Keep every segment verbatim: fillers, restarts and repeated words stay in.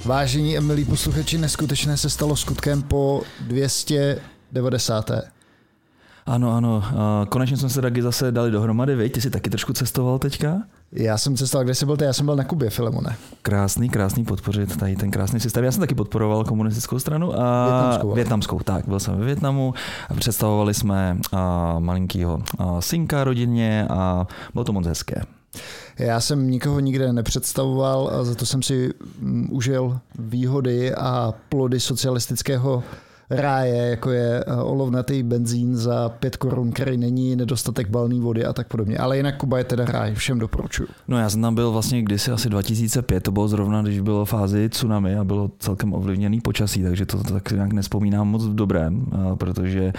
Vážení a milí posluchači, neskutečné se stalo skutkem po dvě stě devadesáté Ano, ano. Konečně jsme se taky zase dali dohromady, viď? Ty jsi taky trošku cestoval teďka? Já jsem cestoval, kde jsi byl ty? Já jsem byl na Kubě, Filemone. Krásný, krásný podpořit tady ten krásný systém. Já jsem taky podporoval komunistickou stranu a Vietnamskou. Vietnamskou, tak, byl jsem ve Vietnamu a představovali jsme a, malinkýho a, synka rodině a bylo to moc hezké. Já jsem nikoho nikde nepředstavoval a za to jsem si um, užil výhody a plody socialistického ráje, jako je olovnatý benzín za pět korun, který není, nedostatek balné vody a tak podobně. Ale jinak Kuba je teda ráj, všem doporučuju. No já jsem tam byl vlastně kdysi asi dva tisíce pět, to bylo zrovna, když bylo fázi tsunami a bylo celkem ovlivněný počasí, takže to, to tak nějak nespomínám moc v dobrém, protože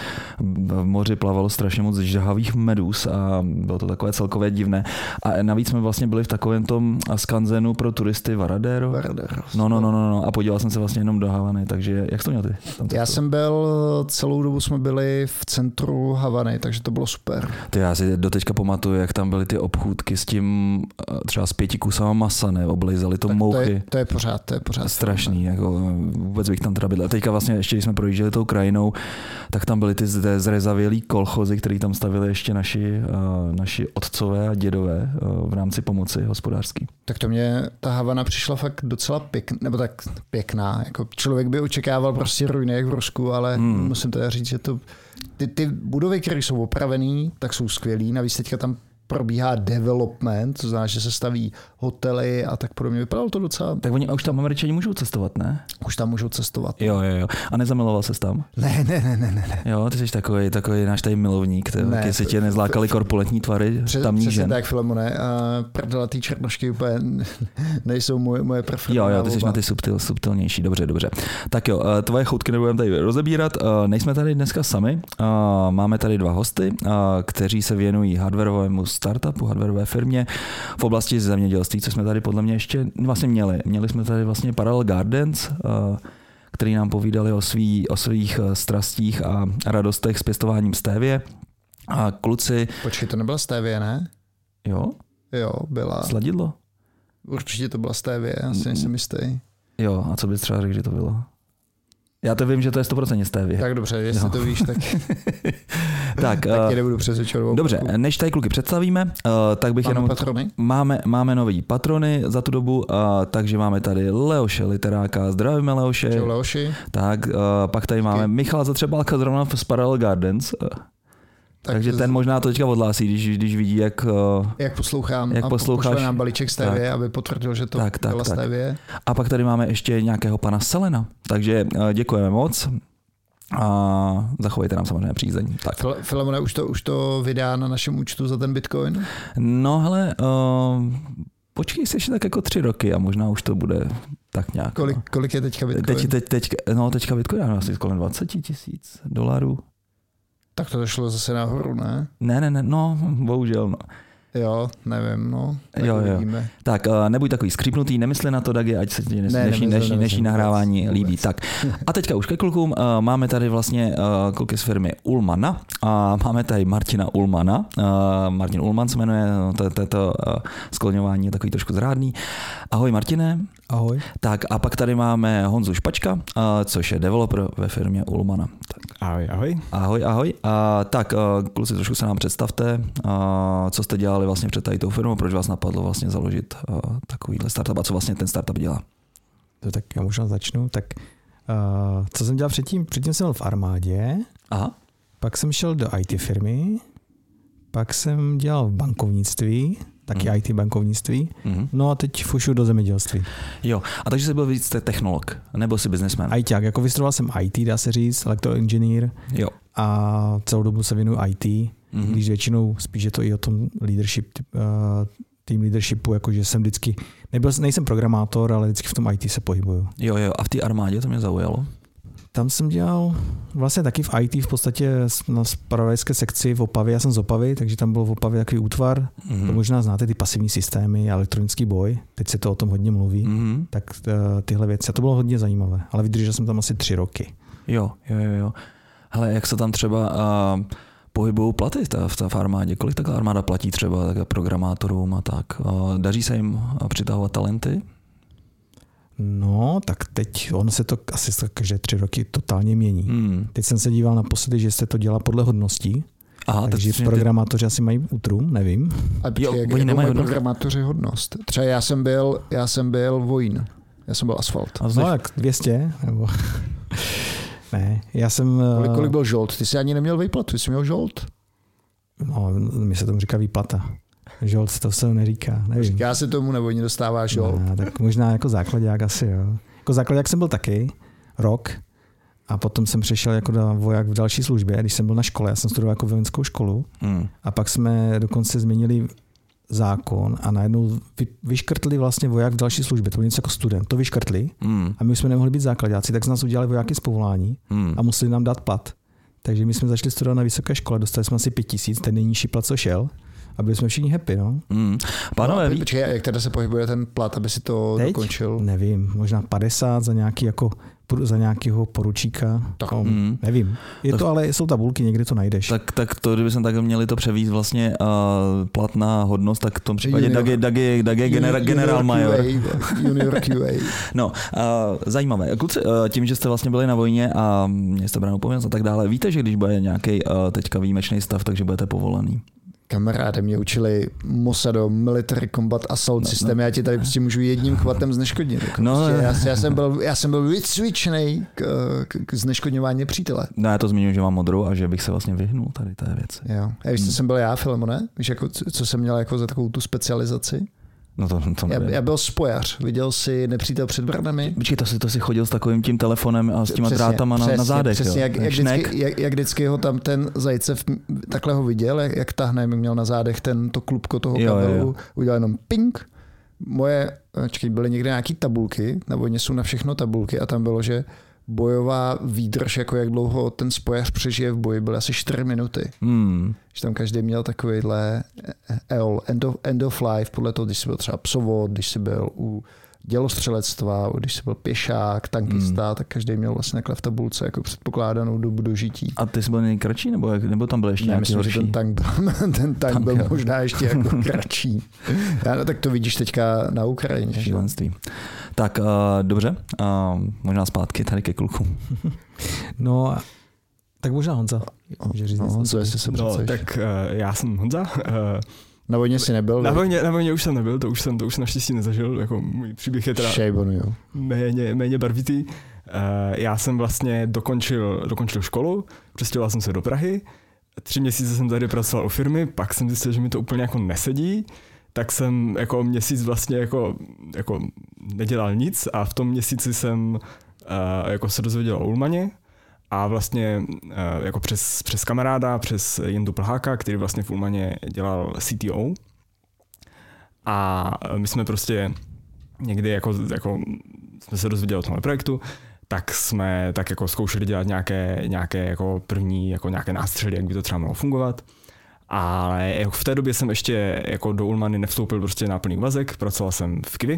v moři plavalo strašně moc žhavých medus a bylo to takové celkově divné. A navíc jsme vlastně byli v takovém tom skanzenu pro turisty Varadero. Varadero. No, no, no, no, no, a podíval jsem se vlastně jenom do Havany, takže jak jsi to měl ty? Tam Já jsem byl, celou dobu jsme byli v centru Havany, takže to bylo super. Ty já si doteďka pamatuju, jak tam byly ty obchůdky s tím třeba s pěti kusama masa, ne, oblejzali to tak mouchy. To je, to je pořád, to je pořád. Strašný, jako vůbec bych tam teda bydlel. A teďka vlastně ještě, když jsme projížděli tou krajinou, tak tam byly ty zrezavělý kolchozy, který tam stavili ještě naši, naši otcové a dědové v rámci pomoci hospodářský. Tak to mě ta Havana přišla fakt docela pěkná, nebo tak pěkná. Jako člověk by očekával prostě ruiny jak v Rusku, ale hmm. musím teda říct, že to, ty, ty budovy, které jsou opravený, tak jsou skvělý. Navíc teďka tam probíhá development, to znamená, že se staví hotely a tak podobně. Vypadalo to docela... Tak oni už tam Američani můžou cestovat, ne? Už tam můžou cestovat. Jo, jo, jo. A nezamiloval ses tam? Ne, ne, ne, ne, ne. Jo, ty jsi takový, takový náš tady milovník, taky si tě nezlákali korpulentní tvary tamní žen. Přesně tak, Filemone. A prdelatý černošky úplně nejsou moje, moje preferovaná. Jo, jo, ty jsi na ty subtil, subtilnější, dobře, dobře. Tak jo, tvoje choutky nebudeme tady rozebírat. Nejsme tady dneska sami. Máme tady dva hosty, kteří se věnují hardwarovému startupu, hardwarové firmě v oblasti zemědělství, co jsme tady podle mě ještě vlastně měli. Měli jsme tady vlastně Parallel Gardens, který nám povídali o, svý, o svých strastích a radostech s pěstováním stévie. A kluci... Počkej, to nebyla stévie, ne? Jo? Jo, byla. Sladidlo? Určitě to byla stévie, asi nejsem jistý. Jo, a co bys třeba řekl, že to bylo? Já to vím, že to je sto procent stévie. Tak dobře, jestli jo. to víš, tak, tak, tak tě nebudu přesvědčovat. Dobře, než tady kluky představíme, tak bych máme jenom... patrony? Máme, máme nový patrony za tu dobu, takže máme tady Leoše Literáka, zdravíme Leoše. Čau Leoši. Tak, pak tady máme Michala Zatřebálka zrovna z Parallel Gardens. Tak Takže ten možná to teďka odhlásí, když, když vidí, jak, jak poslouchám jak a pošle nám balíček stévie, aby potvrdil, že to tak, tak, byla stévie. A pak tady máme ještě nějakého pana Selena, takže děkujeme moc a zachovejte nám samozřejmě přízeň. Tak. Filemone, už to, už to vydá na našem účtu za ten Bitcoin? No hele, uh, počkej si ještě tak jako tři roky a možná už to bude tak nějak. Kolik, no. kolik je teďka Bitcoin? Teď, teď, teď, no teďka Bitcoin je asi kolem dvacet tisíc dolarů. Tak to došlo zase nahoru, ne? Ne, ne, ne, no, bohužel, no. Jo, nevím, no. Tak jo, jo. Vidíme. Tak uh, nebuď takový skřípnutý, nemysli na to, Dagi, ať se ti dnešní, dnešní, dnešní nahrávání vůbec líbí. Tak. A teďka už ke klukům. Uh, máme tady vlastně uh, kluky z firmy Ullmana. A uh, máme tady Martina Ullmana. Uh, Martin Ullman se jmenuje, to uh, skloňování je takový trošku zrádný. Ahoj Martine. Ahoj. Tak a pak tady máme Honzu Špačka, uh, což je developer ve firmě Ullmana. Tak. Ahoj, ahoj. Ahoj, ahoj. Uh, tak, uh, kluci, trošku se nám představte, uh, co jste dělali vlastně před tady tou firmou, proč vás napadlo vlastně založit uh, takovýhle startup a co vlastně ten startup dělá? To tak já možná začnu. Tak uh, co jsem dělal předtím? Předtím jsem byl v armádě, Aha. Pak jsem šel do í té firmy, pak jsem dělal v bankovnictví, taky mm. í té bankovnictví, mm. no a teď fušu do zemědělství. Jo, a takže jsi byl víc technolog, nebo jsi businessman? Ajťák, jako vystudoval jsem í té, dá se říct, elektroinženýr. Jo. A celou dobu se věnuju í té, mm. když většinou spíš je to i o tom leadership, uh, team leadershipu, jakože jsem vždycky, nebyl, nejsem programátor, ale vždycky v tom í té se pohybuju. Jo, jo, a v té armádě to mě zaujalo. Tam jsem dělal vlastně taky v í té v podstatě na zpravodajské sekci v Opavě, já jsem z Opavy, takže tam byl v Opavě takový útvar, mm-hmm. to možná znáte, ty pasivní systémy, elektronický boj, teď se to o tom hodně mluví, mm-hmm. tak tyhle věci, a to bylo hodně zajímavé, ale vydržel jsem tam asi tři roky. Jo, jo, jo, jo. Hele, jak se tam třeba uh, pohybují platy ta, v, ta v armádě, kolik takhle armáda platí třeba tak programátorům a tak, uh, daří se jim přitahovat talenty? No, tak teď on se to asi každé tři roky totálně mění. Hmm. Teď jsem se díval naposledy, že se to dělá podle hodností. Aha, takže tak programátoři ty... asi mají útrum, nevím. A počkej, jo, jak, oni nemají programátoři hodnost. Třeba já jsem byl, já jsem byl vojín. Já jsem byl asfalt. A no, jak dvě stě? Nebo... ne, já jsem... Kolik, kolik byl žolt? Ty jsi ani neměl výplatu, ty jsi měl žolt? No, mi se tomu říká výplata. Žolt, to se neříká, nevím. Říká se tomu, nebo nedostává žolt? No, tak možná jako základák asi, jo. Jako základák jsem byl taky, rok, a potom jsem přešel jako voják v další službě, když jsem byl na škole, já jsem studoval jako vojenskou školu mm. a pak jsme dokonce změnili zákon a najednou vy, vyškrtli vlastně voják v další službě, to byl něco jako student, to vyškrtli mm. a my jsme nemohli být základáci, tak z nás udělali vojáky z povolání mm. a museli nám dát plat. Takže my jsme začali studovat na vysoké škole, dostali jsme asi pět tisíc, ten nejnižší plat, co šel. A byli jsme všichni happy, no. Mm. Pánové, no, počkej, jak teda se pohybuje ten plat, aby si to teď? dokončil? Nevím, možná padesát za nějaký jako za nějakého poručíka. Tak, no, mm. Nevím. Je tak, to, ale jsou tabulky, někdy to najdeš. Tak, tak to, kdyby jsme tak měli to převízt vlastně uh, platná hodnost, tak v tom případě Dag je generál major. Junior Q A. No, uh, zajímavé. Kluci, uh, tím, že jste vlastně byli na vojně a mě jste branou povinnost a tak dále, víte, že když bude nějaký uh, teďka výjimečný stav, takže budete povolený? Kamaráde mě učili Mossado, Military Combat Assault no, systém, no. Já ti tady prostě můžu jedním chvatem zneškodnit. Jako no, prostě já, já, jsem byl, já jsem byl vycvičený k, k, k zneškodňování přítele. No já to zmiňuji, že mám modrou a že bych se vlastně vyhnul tady té věci. Jo. A víš, co jsem byl já, Filemone? Víš, jako, co jsem měl jako za takovou tu specializaci? No to, to já, já byl spojař, viděl jsi Nepřítel před branami. Počkej, to si, to si chodil s takovým tím telefonem a s těma přesně, drátama na, přesně, na zádech. Přesně, jak, jak, vždycky, jak, jak vždycky ho tam ten Zajcev takhle ho viděl, jak, jak tahne, měl na zádech ten, to klubko toho jo, kabelu, jo. Udělal jenom ping. Moje, čekaj, byly někde nějaký tabulky, na vojně jsou na všechno tabulky a tam bylo, že bojová výdrž, jako jak dlouho ten spojař přežije v boji, byly asi čtyři minuty. Hmm. Že tam každý měl takovýhle E O L, end of, end of life, podle toho, když jsi byl třeba psovod, když jsi byl u dělostřelectva, když jsi byl pěšák, tankista, hmm. tak každý měl vlastně takhle v tabulce jako předpokládanou dobu dožití. A ty jsi byl nejkratší, nebo, jak, nebo tam byl ještě nějaký myslím, horší? Ten tank byl, ten tank byl možná ještě jako kratší. Já, no, tak to vidíš teďka na Ukrajině. Šílenství. Tak uh, dobře, uh, možná zpátky tady ke kluku. No, tak možná Honza. No, Honzo, jestli se no, tak uh, já jsem Honza. Uh, Na vojně jsi nebyl? Na vojně, na vojně už jsem nebyl, to už jsem to už naštěstí nezažil, jako můj příběh je teda méně, méně barvitý. Uh, já jsem vlastně dokončil, dokončil školu, přestěhoval jsem se do Prahy, tři měsíce jsem tady pracoval u firmy, pak jsem zjistil, že mi to úplně jako nesedí, tak jsem jako měsíc vlastně jako, jako nedělal nic a v tom měsíci jsem uh, jako se dozvěděl o Ulmaně. A vlastně jako přes, přes kamaráda, přes Jindu Plháka, který vlastně v Ulmaně dělal C T O. A my jsme prostě někdy jako, jako jsme se dozvěděli o tomhle projektu, tak jsme tak jako zkoušeli dělat nějaké, nějaké jako první jako nějaké nástřely, jak by to třeba mohlo fungovat. Ale jako v té době jsem ještě jako do Ulmany nevstoupil prostě na plný úvazek, pracoval jsem v Kivi.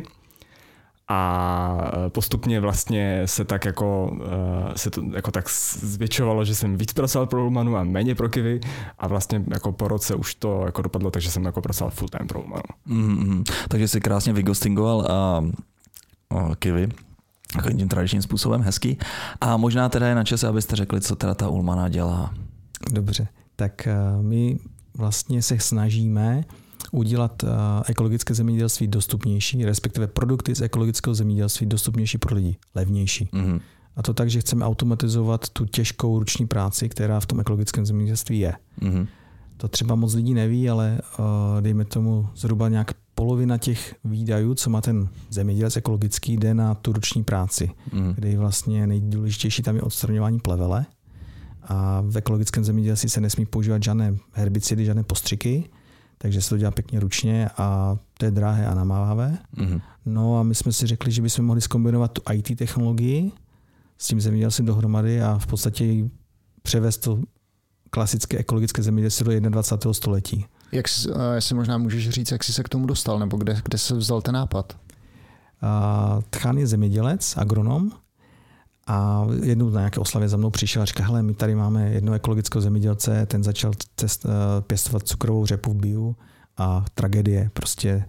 A postupně vlastně se tak jako, se to jako tak zvětšovalo, že jsem víc pracoval pro Ulmanu a méně pro Kivi a vlastně jako po roce už to jako dopadlo, takže jsem jako pracoval full time pro Ulmanu. Mm-hmm. Takže jsi krásně vygostingoval a, a Kivi takovým tím tradičním způsobem, hezký. A možná teda je na čase, abyste řekli, co teda ta Ulmana dělá. Dobře, tak my vlastně se snažíme udělat ekologické zemědělství dostupnější, respektive produkty z ekologického zemědělství dostupnější pro lidi, levnější. Mm-hmm. A to tak, že chceme automatizovat tu těžkou ruční práci, která v tom ekologickém zemědělství je. Mm-hmm. To třeba moc lidí neví, ale dejme tomu zhruba nějak polovina těch výdajů, co má ten zemědělec ekologický, jde na tu ruční práci, mm-hmm. kdy vlastně nejdůležitější tam je odstraňování plevele. A v ekologickém zemědělství se nesmí používat žádné herbicidy, žádné postřiky, takže se to dělá pěkně ručně a to je drahé a namáhavé. Mm-hmm. No a my jsme si řekli, že bychom mohli zkombinovat tu I T technologii s tím zemědělstvím dohromady a v podstatě převést to klasické ekologické zemědělství do dvacátého prvního století. Jak jsi, jestli možná můžeš říct, jak jsi se k tomu dostal, nebo kde, kde se vzal ten nápad? A Tchán je zemědělec, agronom, a jednou na nějaké oslavě za mnou přišel a říkal, hele, my tady máme jednoho ekologického zemědělce, ten začal cest, pěstovat cukrovou řepu v biu a tragédie, prostě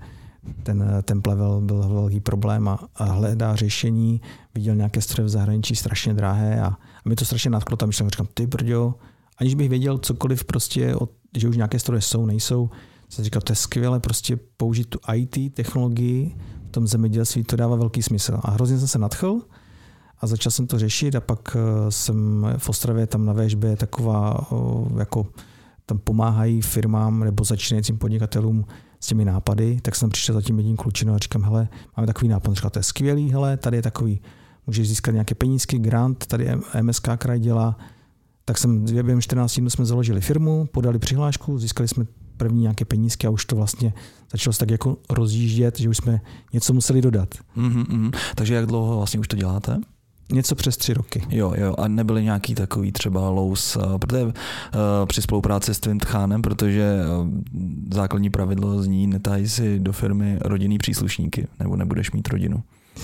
ten, ten plevel byl velký problém a, a hledá řešení, viděl nějaké stroje v zahraničí strašně drahé a, a mi to strašně nadchlo, tam myšlenka, říkám, ty brďo, aniž bych věděl cokoliv prostě, od, že už nějaké stroje jsou, nejsou, jsem říkal, to je skvěle prostě použít tu í té technologii v tom zemědělství, to dává velký smysl. A hrozně jsem se nadchl a začal jsem to řešit a pak jsem v Ostravě tam na vé eš bé taková, jako tam pomáhají firmám nebo začínajícím podnikatelům s těmi nápady, tak jsem přišel za tím jedním klučinou a říkám, hele, máme takový nápad, říkal, to je skvělý, hele, tady je takový, můžeš získat nějaké penízky, grant, tady em es ká kraj dělá, tak jsem během čtrnácti dnů jsme založili firmu, podali přihlášku, získali jsme první nějaké penízky a už to vlastně začalo se tak jako rozjíždět, že už jsme něco museli dodat. Mm-hmm. Takže jak dlouho vlastně už to děláte? Něco přes tři roky. Jo, jo, a nebyly nějaký takový třeba lows, protože uh, při spolupráci s tvým tchánem, protože uh, základní pravidlo zní, netají si do firmy rodinný příslušníky, nebo nebudeš mít rodinu.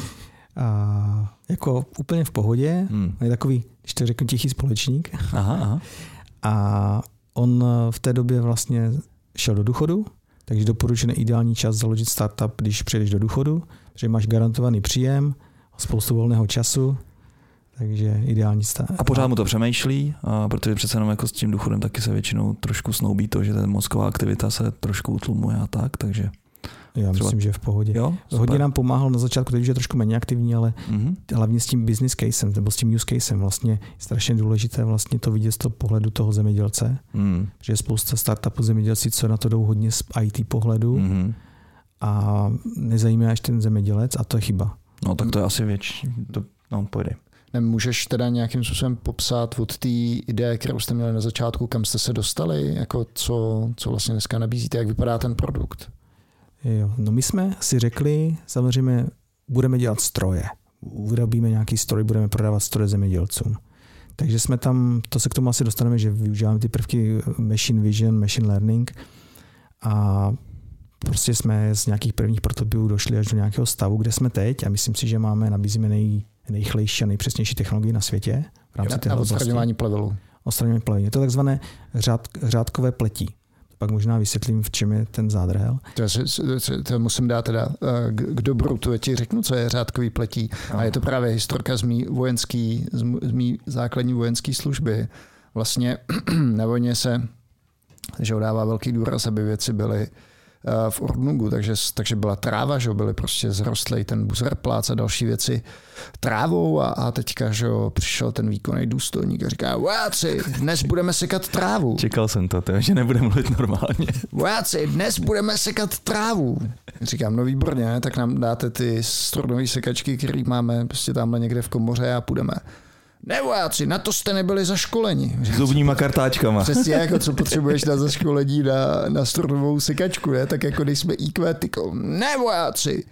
A jako úplně v pohodě, hmm. je takový, když to řeknu, tichý společník. Aha, aha. A on v té době vlastně šel do důchodu, takže doporučený ideální čas založit startup, když přijdeš do důchodu, že máš garantovaný příjem, spoustu volného času, takže ideální stav. A pořád mu to přemýšlí, a protože přece jenom jako s tím důchodem taky se většinou trošku snoubí to, že ta mozková aktivita se trošku utlumuje a tak, takže... Já třeba... myslím, že je v pohodě. Jo, hodně nám pomáhal na začátku, teď už je trošku méně aktivní, ale mm-hmm. hlavně s tím business casem, nebo s tím use casem vlastně je strašně důležité vlastně to vidět z toho pohledu toho zemědělce, mm. že je spousta startupů zemědělci, co na to jdou hodně z í té pohledu mm-hmm. a nezajímá až ten zemědělec a to je chyba. No tak to je asi větší, to, no pojde. Můžeš teda nějakým způsobem popsat od té ideje, kterou jste měli na začátku, kam jste se dostali, jako co, co vlastně dneska nabízíte, jak vypadá ten produkt? Jo, no my jsme si řekli, samozřejmě budeme dělat stroje. Vyrobíme nějaký stroj, budeme prodávat stroje zemědělcům. Takže jsme tam, to se k tomu asi dostaneme, že využíváme ty prvky machine vision, machine learning a prostě jsme z nějakých prvních prototypů došli až do nějakého stavu, kde jsme teď a myslím si, že máme, nabízíme nej, nejrychlejší a nejpřesnější technologii na světě. V rámci a odstraňování plevelu. Odstraňování plevelu. Je to takzvané řád, řádkové pletí. Pak možná vysvětlím, v čem je ten zádrhel. To, to, to musím dát teda k dobru, to ti řeknu, co je řádkový pletí. No. A je to právě historka z mý vojenský, z mý základní vojenské služby. Vlastně na vojně se, že dává velký důraz, aby věci byly v Ornugu, takže, takže byla tráva, že byly prostě zrostlej ten buzerplác a další věci trávou a, a teďka, že přišel ten výkonný důstojník a říká, vojáci, dnes budeme sekat trávu. Čekal jsem to, to že nebude mluvit normálně. Vojáci, dnes budeme sekat trávu. Říkám, no výborně, ne? Tak nám dáte ty strojové sekačky, které máme prostě tamhle někde v komoře a půjdeme. Ne vojáci, na to jste nebyli zaškoleni. Zubníma kartáčkama. Přesně jako co potřebuješ na zaškolení na, na strojovou sekačku, ne? Tak jako když jsme í kvé tyko. Ne vojáci,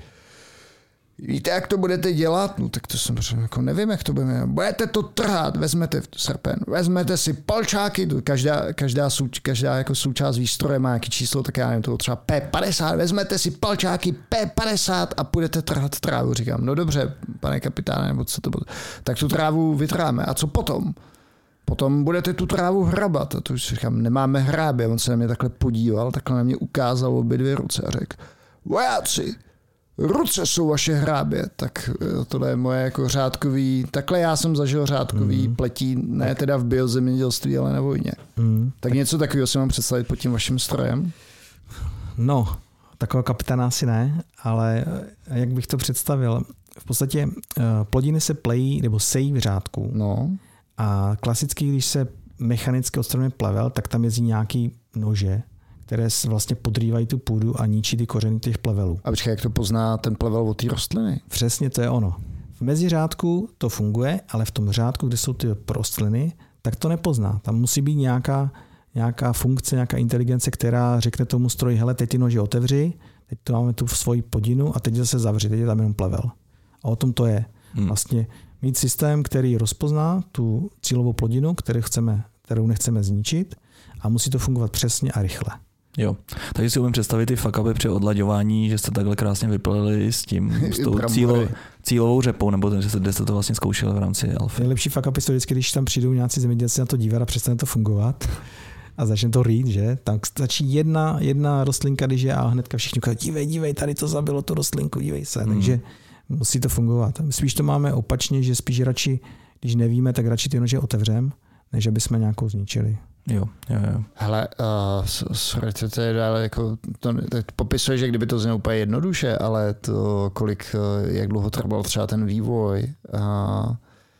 víte, jak to budete dělat? No tak to jsem jako nevím, jak to budeme. Budete to trhat, vezmete srpen, vezmete si palčáky, každá, každá, souč, každá jako součást výstroje má nějaký číslo, tak já nevím, to třeba pé padesát, vezmete si palčáky pé padesát a půjdete trhat trávu. Říkám, no dobře, pane kapitáne, nebo co to bylo. Tak tu trávu vytráme. A co potom? Potom budete tu trávu hrabat. A to už říkám, nemáme hrábě. On se na mě takhle podíval, takhle na mě ukázal obě dvě ruce a řekl, vojáci, ruce jsou vaše hrábě, tak tohle je moje jako řádkový, takhle já jsem zažil řádkový mm. pletí, ne teda v biozemědělství, ale na vojně. Mm. Tak něco takového si mám představit pod tím vaším strojem? No, takového kapitána asi ne, ale jak bych to představil, v podstatě plodiny se plejí nebo sejí v řádku. No. A klasicky, když se mechanicky odstraňuje plevel, tak tam jezdí nějaký nože, které vlastně podrývají tu půdu a ničí ty kořeny těch plevelů. A počkej, jak to pozná ten plevel od té rostliny? Přesně, to je ono. V meziřádku to funguje, ale v tom řádku, kde jsou ty rostliny, tak to nepozná. Tam musí být nějaká, nějaká funkce, nějaká inteligence, která řekne tomu stroji, hele, teď ty nože otevři, teď tu máme tu svoji podinu a teď zase zavři, teď je tam jenom plevel. A o tom to je. Hmm. Vlastně mít systém, který rozpozná tu cílovou plodinu, kterou, chceme, kterou nechceme zničit a musí to fungovat přesně a rychle. Jo, takže si umím představit ty fuck-upy při odlaďování, že jste takhle krásně vypleli s tím, s tou cílo, cílovou řepou, nebo že jste, jste to vlastně zkoušeli v rámci alfy. Nejlepší fuck-upy jsou vždycky, když tam přijdou nějací zemědělci na to dívat a přestane to fungovat. a začne to rýt, že? Tak stačí jedna, jedna rostlinka, když je a hnedka všichni říkají, dívej, dívej, tady to zabilo tu rostlinku, dívej se. Mm. Takže musí to fungovat. Spíš to máme opačně, že spíš radši, když nevíme, tak radši ty nože otevřem, než aby jsme nějakou zničili. Jo, jo, jo. Hele, uh, sorry, to je dále jako, to, to popisuje, že kdyby to znělo úplně jednoduše, ale to, kolik, jak dlouho trval třeba ten vývoj. Uh...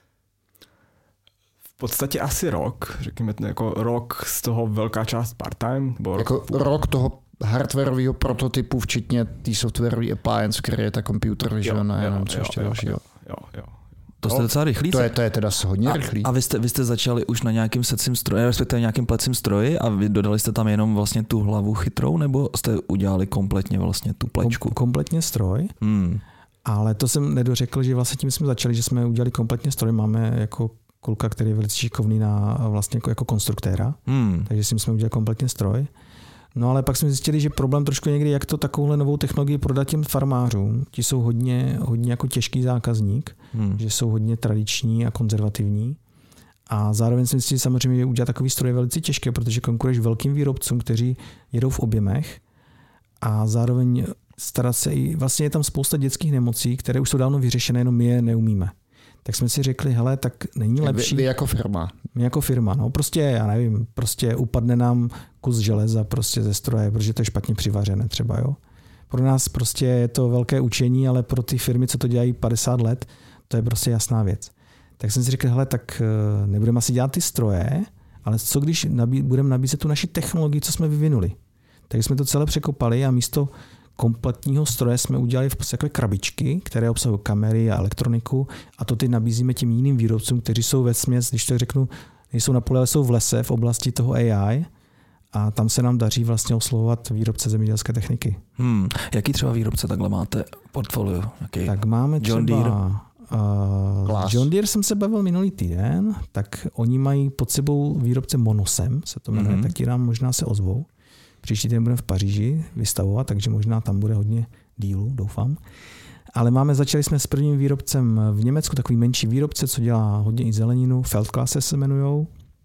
V podstatě asi rok, řekněme jako rok z toho velká část part-time. Rok, jako rok toho hardwarového prototypu, včetně té softwarové appliance, který je ta computer vision a jenom co ještě dalšího. Jo, jo. To jste docela rychlý. To je, to je teda hodně a, rychlý. A vy jste, vy jste začali už na nějakým secím stroji, respektive nějakým plecím stroji a vy dodali jste tam jenom vlastně tu hlavu chytrou, nebo jste udělali kompletně vlastně tu plečku? Kom, kompletně stroj, hmm. ale to jsem nedořekl, že vlastně tím jsme začali, že jsme udělali kompletně stroj. Máme jako kluka, který je velice šikovný na vlastně jako, jako konstruktéra, hmm. takže si jsme udělali kompletně stroj. No ale pak jsme zjistili, že problém trošku někdy, jak to takovouhle novou technologii prodat těm farmářům. Ti jsou hodně, hodně jako těžký zákazník, hmm. že jsou hodně tradiční a konzervativní. A zároveň jsme zjistili samozřejmě, že udělat takový stroj je velice těžké, protože konkuruješ velkým výrobcům, kteří jedou v objemech a zároveň starat se i, vlastně je tam spousta dětských nemocí, které už jsou dávno vyřešené, jenom my je neumíme. Tak jsme si řekli, hele, tak není lepší. Vy, vy jako firma. My jako firma, no prostě, já nevím, prostě upadne nám kus železa prostě ze stroje, protože to je špatně přivařené třeba, jo. Pro nás prostě je to velké učení, ale pro ty firmy, co to dělají padesát let, to je prostě jasná věc. Tak jsem si řekl, hele, tak nebudeme asi dělat ty stroje, ale co když nabí, budeme nabízet tu naši technologii, co jsme vyvinuli. Takže jsme to celé překopali a místo kompletního stroje jsme udělali v podstatě krabičky, které obsahují kamery a elektroniku a to teď nabízíme těm jiným výrobcům, kteří jsou ve směs, když to řeknu, nejsou na poli, ale jsou v lese v oblasti toho A I a tam se nám daří vlastně oslovovat výrobce zemědělské techniky. Hmm. Jaký třeba výrobce takhle máte portfolio? Jaký? Tak máme John třeba Deere. Uh, John Deere jsem se bavil minulý týden, tak oni mají pod sebou výrobce Monosem, se to jmenuje, mm-hmm. tak ti nám možná se ozvou. Příští týden budeme v Paříži vystavovat, takže možná tam bude hodně dílů, doufám. Ale máme, začali jsme s prvním výrobcem v Německu, takový menší výrobce, co dělá hodně i zeleninu, Feldklasse se jmenujou.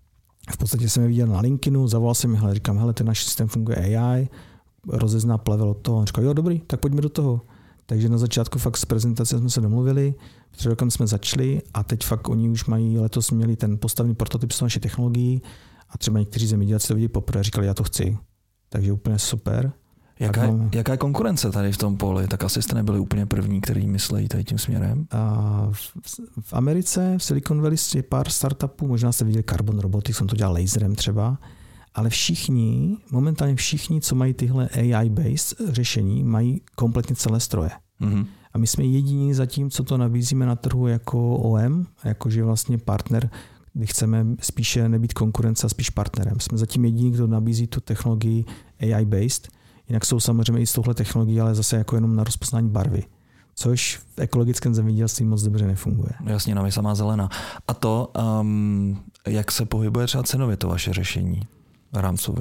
V podstatě jsem je viděl na LinkedInu, zavolal jsem mi, hele, říkám, hele, ten náš systém funguje A I, rozezná plevel od toho. On říkal, jo, dobrý, tak pojďme do toho. Takže na začátku fakt s prezentací jsme se domluvili, před rokem jsme začali a teď fakt oni už mají, letos měli ten postavný prototyp s naší technologií a třeba někteří zemědělci to vidí poprvé a říkali, já to chci. Takže úplně super. Jaká, jaká je konkurence tady v tom poli? Tak asi jste nebyli úplně první, který myslejí tady tím směrem. A v, v Americe, v Silicon Valley je pár startupů, možná jste viděli Carbon Robotics, on to dělal laserem třeba, ale všichni, momentálně všichni, co mají tyhle A I-based řešení, mají kompletně celé stroje. Mm-hmm. A my jsme jediní zatím, co to nabízíme na trhu jako O M, jakože vlastně partner, kdy chceme spíše nebýt konkurence a spíš partnerem. Jsme zatím jediní, kdo nabízí tu technologii A I-based. Jinak jsou samozřejmě i s touhle technologií, ale zase jako jenom na rozpoznání barvy. Což v ekologickém zemědělství moc dobře nefunguje. Jasně, no, je samá zelená. A to, um, jak se pohybuje třeba cenově to vaše řešení rámcově?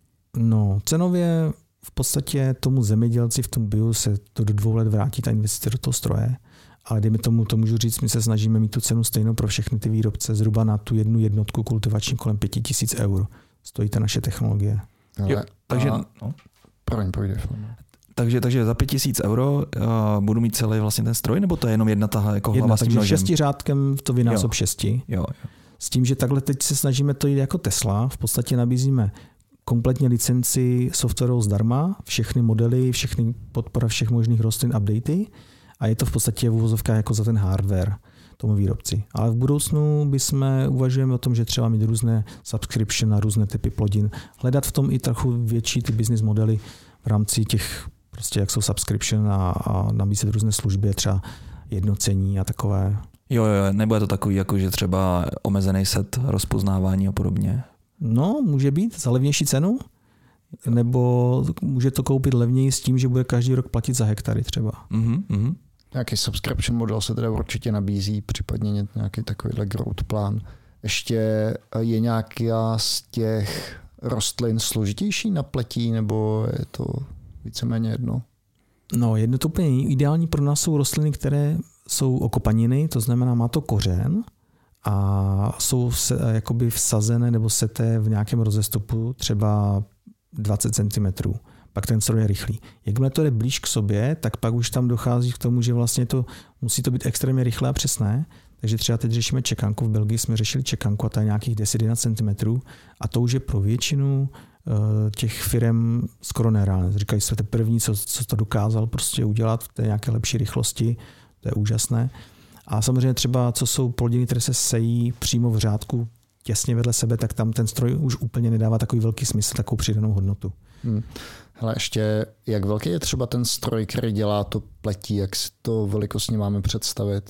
No, cenově v podstatě tomu zemědělci v tom bio se to do dvou let vrátí ta investice do toho stroje. Ale dejme tomu, to můžu říct, my se snažíme mít tu cenu stejnou pro všechny ty výrobce, zhruba na tu jednu jednotku kultivační kolem pěti tisíc eur. Stojí ta naše technologie. Ale, jo, takže, a, no. Promiň, půjdeš. Takže, takže za pět tisíc euro uh, budu mít celý vlastně ten stroj, nebo to je jenom jedna taha jako jedna, hlava s tím takže nožem? šesti řádkem to vynásob šesti. Jo, jo. S tím, že takhle teď se snažíme to jít jako Tesla, v podstatě nabízíme kompletně licenci softwarovou zdarma, všechny modely, všechny podpora všech možných rostlin, updaty a je to v podstatě v uvozovkách jako za ten hardware tomu výrobci. Ale v budoucnu bychom uvažujeme o tom, že třeba mít různé subscription na různé typy plodin, hledat v tom i trochu větší ty business modely v rámci těch, prostě jak jsou subscription a, a nabízet různé služby, třeba jednocení a takové. Jo, jo, nebo je to takový, jako že třeba omezený set rozpoznávání a podobně? No, může být za levnější cenu, nebo může to koupit levněji s tím, že bude každý rok platit za hektary třeba. Mm-hmm. Nějaký subscription model se teda určitě nabízí, případně nějaký takovýhle growth plán. Ještě je nějaká z těch rostlin složitější na pletí, nebo je to víceméně jedno? No, jedno to úplně ideální pro nás jsou rostliny, které jsou okopaniny, to znamená má to kořen a jsou se, jakoby vsazené nebo seté v nějakém rozestupu třeba dvacet centimetrů. Pak ten stroj je rychlý. Jakmile to jde blíž k sobě, tak pak už tam dochází k tomu, že vlastně to musí to být extrémně rychlé a přesné. Takže třeba teď řešíme čekanku. V Belgii jsme řešili čekanku a ta je nějakých deset jedenáct centimetrů a to už je pro většinu těch firem skoro nereálné. Říkají, jste první, co, co to dokázal prostě udělat v té nějaké lepší rychlosti. To je úžasné. A samozřejmě třeba, co jsou plodiny, které se sejí přímo v řádku těsně vedle sebe, tak tam ten stroj už úplně nedává takový velký smysl, takovou přidanou hodnotu. Hmm. Hele, ještě, jak velký je třeba ten stroj, který dělá to pletí, jak si to velikostně máme představit?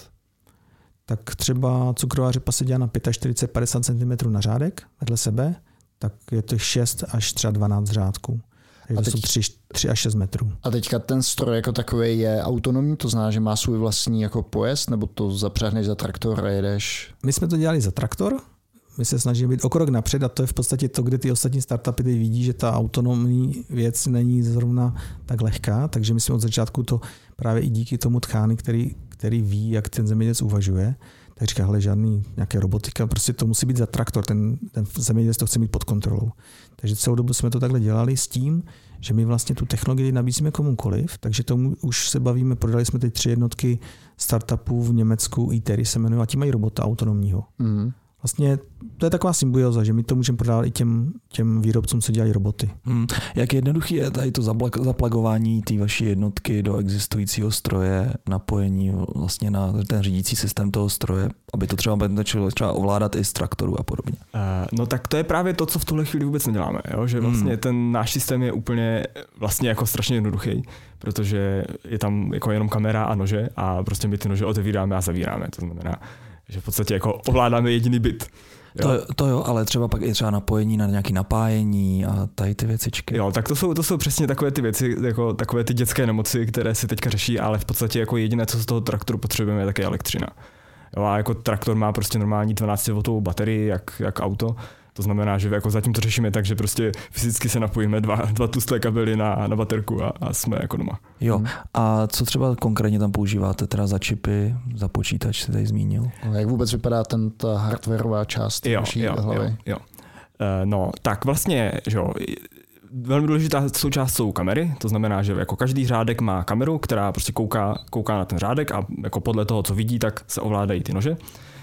Tak třeba cukrová řepa se dělá na čtyřicet až padesát centimetrů na řádek vedle sebe, tak je to šest až třeba dvanáct řádků. Takže to teď, jsou tři až šest metrů. A teďka ten stroj jako takový je autonomní, to znamená, že má svůj vlastní jako pojezd, nebo to zapřehneš za traktor a jedeš? My jsme to dělali za traktor, my se snažíme být o krok napřed a to je v podstatě to, kde ty ostatní startupy vidí, že ta autonomní věc není zrovna tak lehká, takže my jsme od začátku to právě i díky tomu Tchány, který, který ví, jak ten zemědělec uvažuje, tak říká, hele, žádný nějaké robotika, prostě to musí být za traktor, ten, ten zemědělec to chce mít pod kontrolou. Takže celou dobu jsme to takhle dělali s tím, že my vlastně tu technologii nabízíme komukoliv, takže tomu už se bavíme, prodali jsme teď tři jednotky startupů v Německu, Itery se jmenují, a ti mají robota autonomního. Mm. Vlastně to je taková symbioza, že my to můžeme prodávat i těm, těm výrobcům, co dělají roboty. Hmm. Jak jednoduchý je tady to zaplagování té vaší jednotky do existujícího stroje, napojení vlastně na ten řídící systém toho stroje, aby to třeba začalo třeba ovládat i z traktoru a podobně? Uh, no tak to je právě to, co v tuhle chvíli vůbec neděláme, jo? Že vlastně hmm. ten náš systém je úplně vlastně jako strašně jednoduchý, protože je tam jako jenom kamera a nože a prostě my ty nože otevíráme a zavíráme, to znamená, že v podstatě jako ovládáme jediný bit. Jo. To, to jo, ale třeba pak i třeba napojení na nějaké napájení a tady ty věcičky. Jo, tak to jsou, to jsou přesně takové ty věci, jako takové ty dětské nemoci, které se teďka řeší, ale v podstatě jako jediné, co z toho traktoru potřebujeme, je také elektřina. Jo, a jako traktor má prostě normální dvanáctivoltovou baterii, jak, jak auto. To znamená, že jako zatím to řešíme tak, že prostě fyzicky se napojíme dva, dva tlusté kabely na, na baterku a, a jsme jako doma. Jo. A co třeba konkrétně tam používáte teda za čipy, za počítač, jsi tady zmínil? Jak vůbec vypadá ten ta hardwareová část jo, naší jo, hlavy? Jo, jo. Uh, no, tak vlastně, že jo, velmi důležitá součást jsou kamery, to znamená, že jako každý řádek má kameru, která prostě kouká, kouká na ten řádek a jako podle toho, co vidí, tak se ovládají ty nože.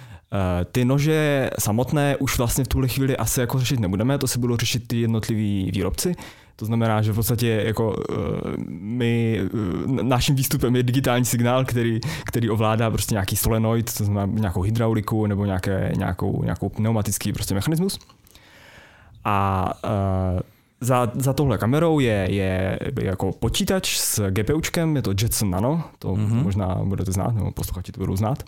Ty nože samotné už vlastně v tuhle chvíli asi jako řešit nebudeme, to si budou řešit ty jednotliví výrobci. To znamená, že v podstatě jako my, naším výstupem je digitální signál, který, který ovládá prostě nějaký solenoid, to znamená nějakou hydrauliku nebo nějaké, nějakou, nějakou pneumatický prostě mechanismus. A uh, za, za tohle kamerou je, je jako počítač s GPUčkem, je to Jetson Nano, to mm-hmm. možná budete znát, nebo posluchači to budou znát.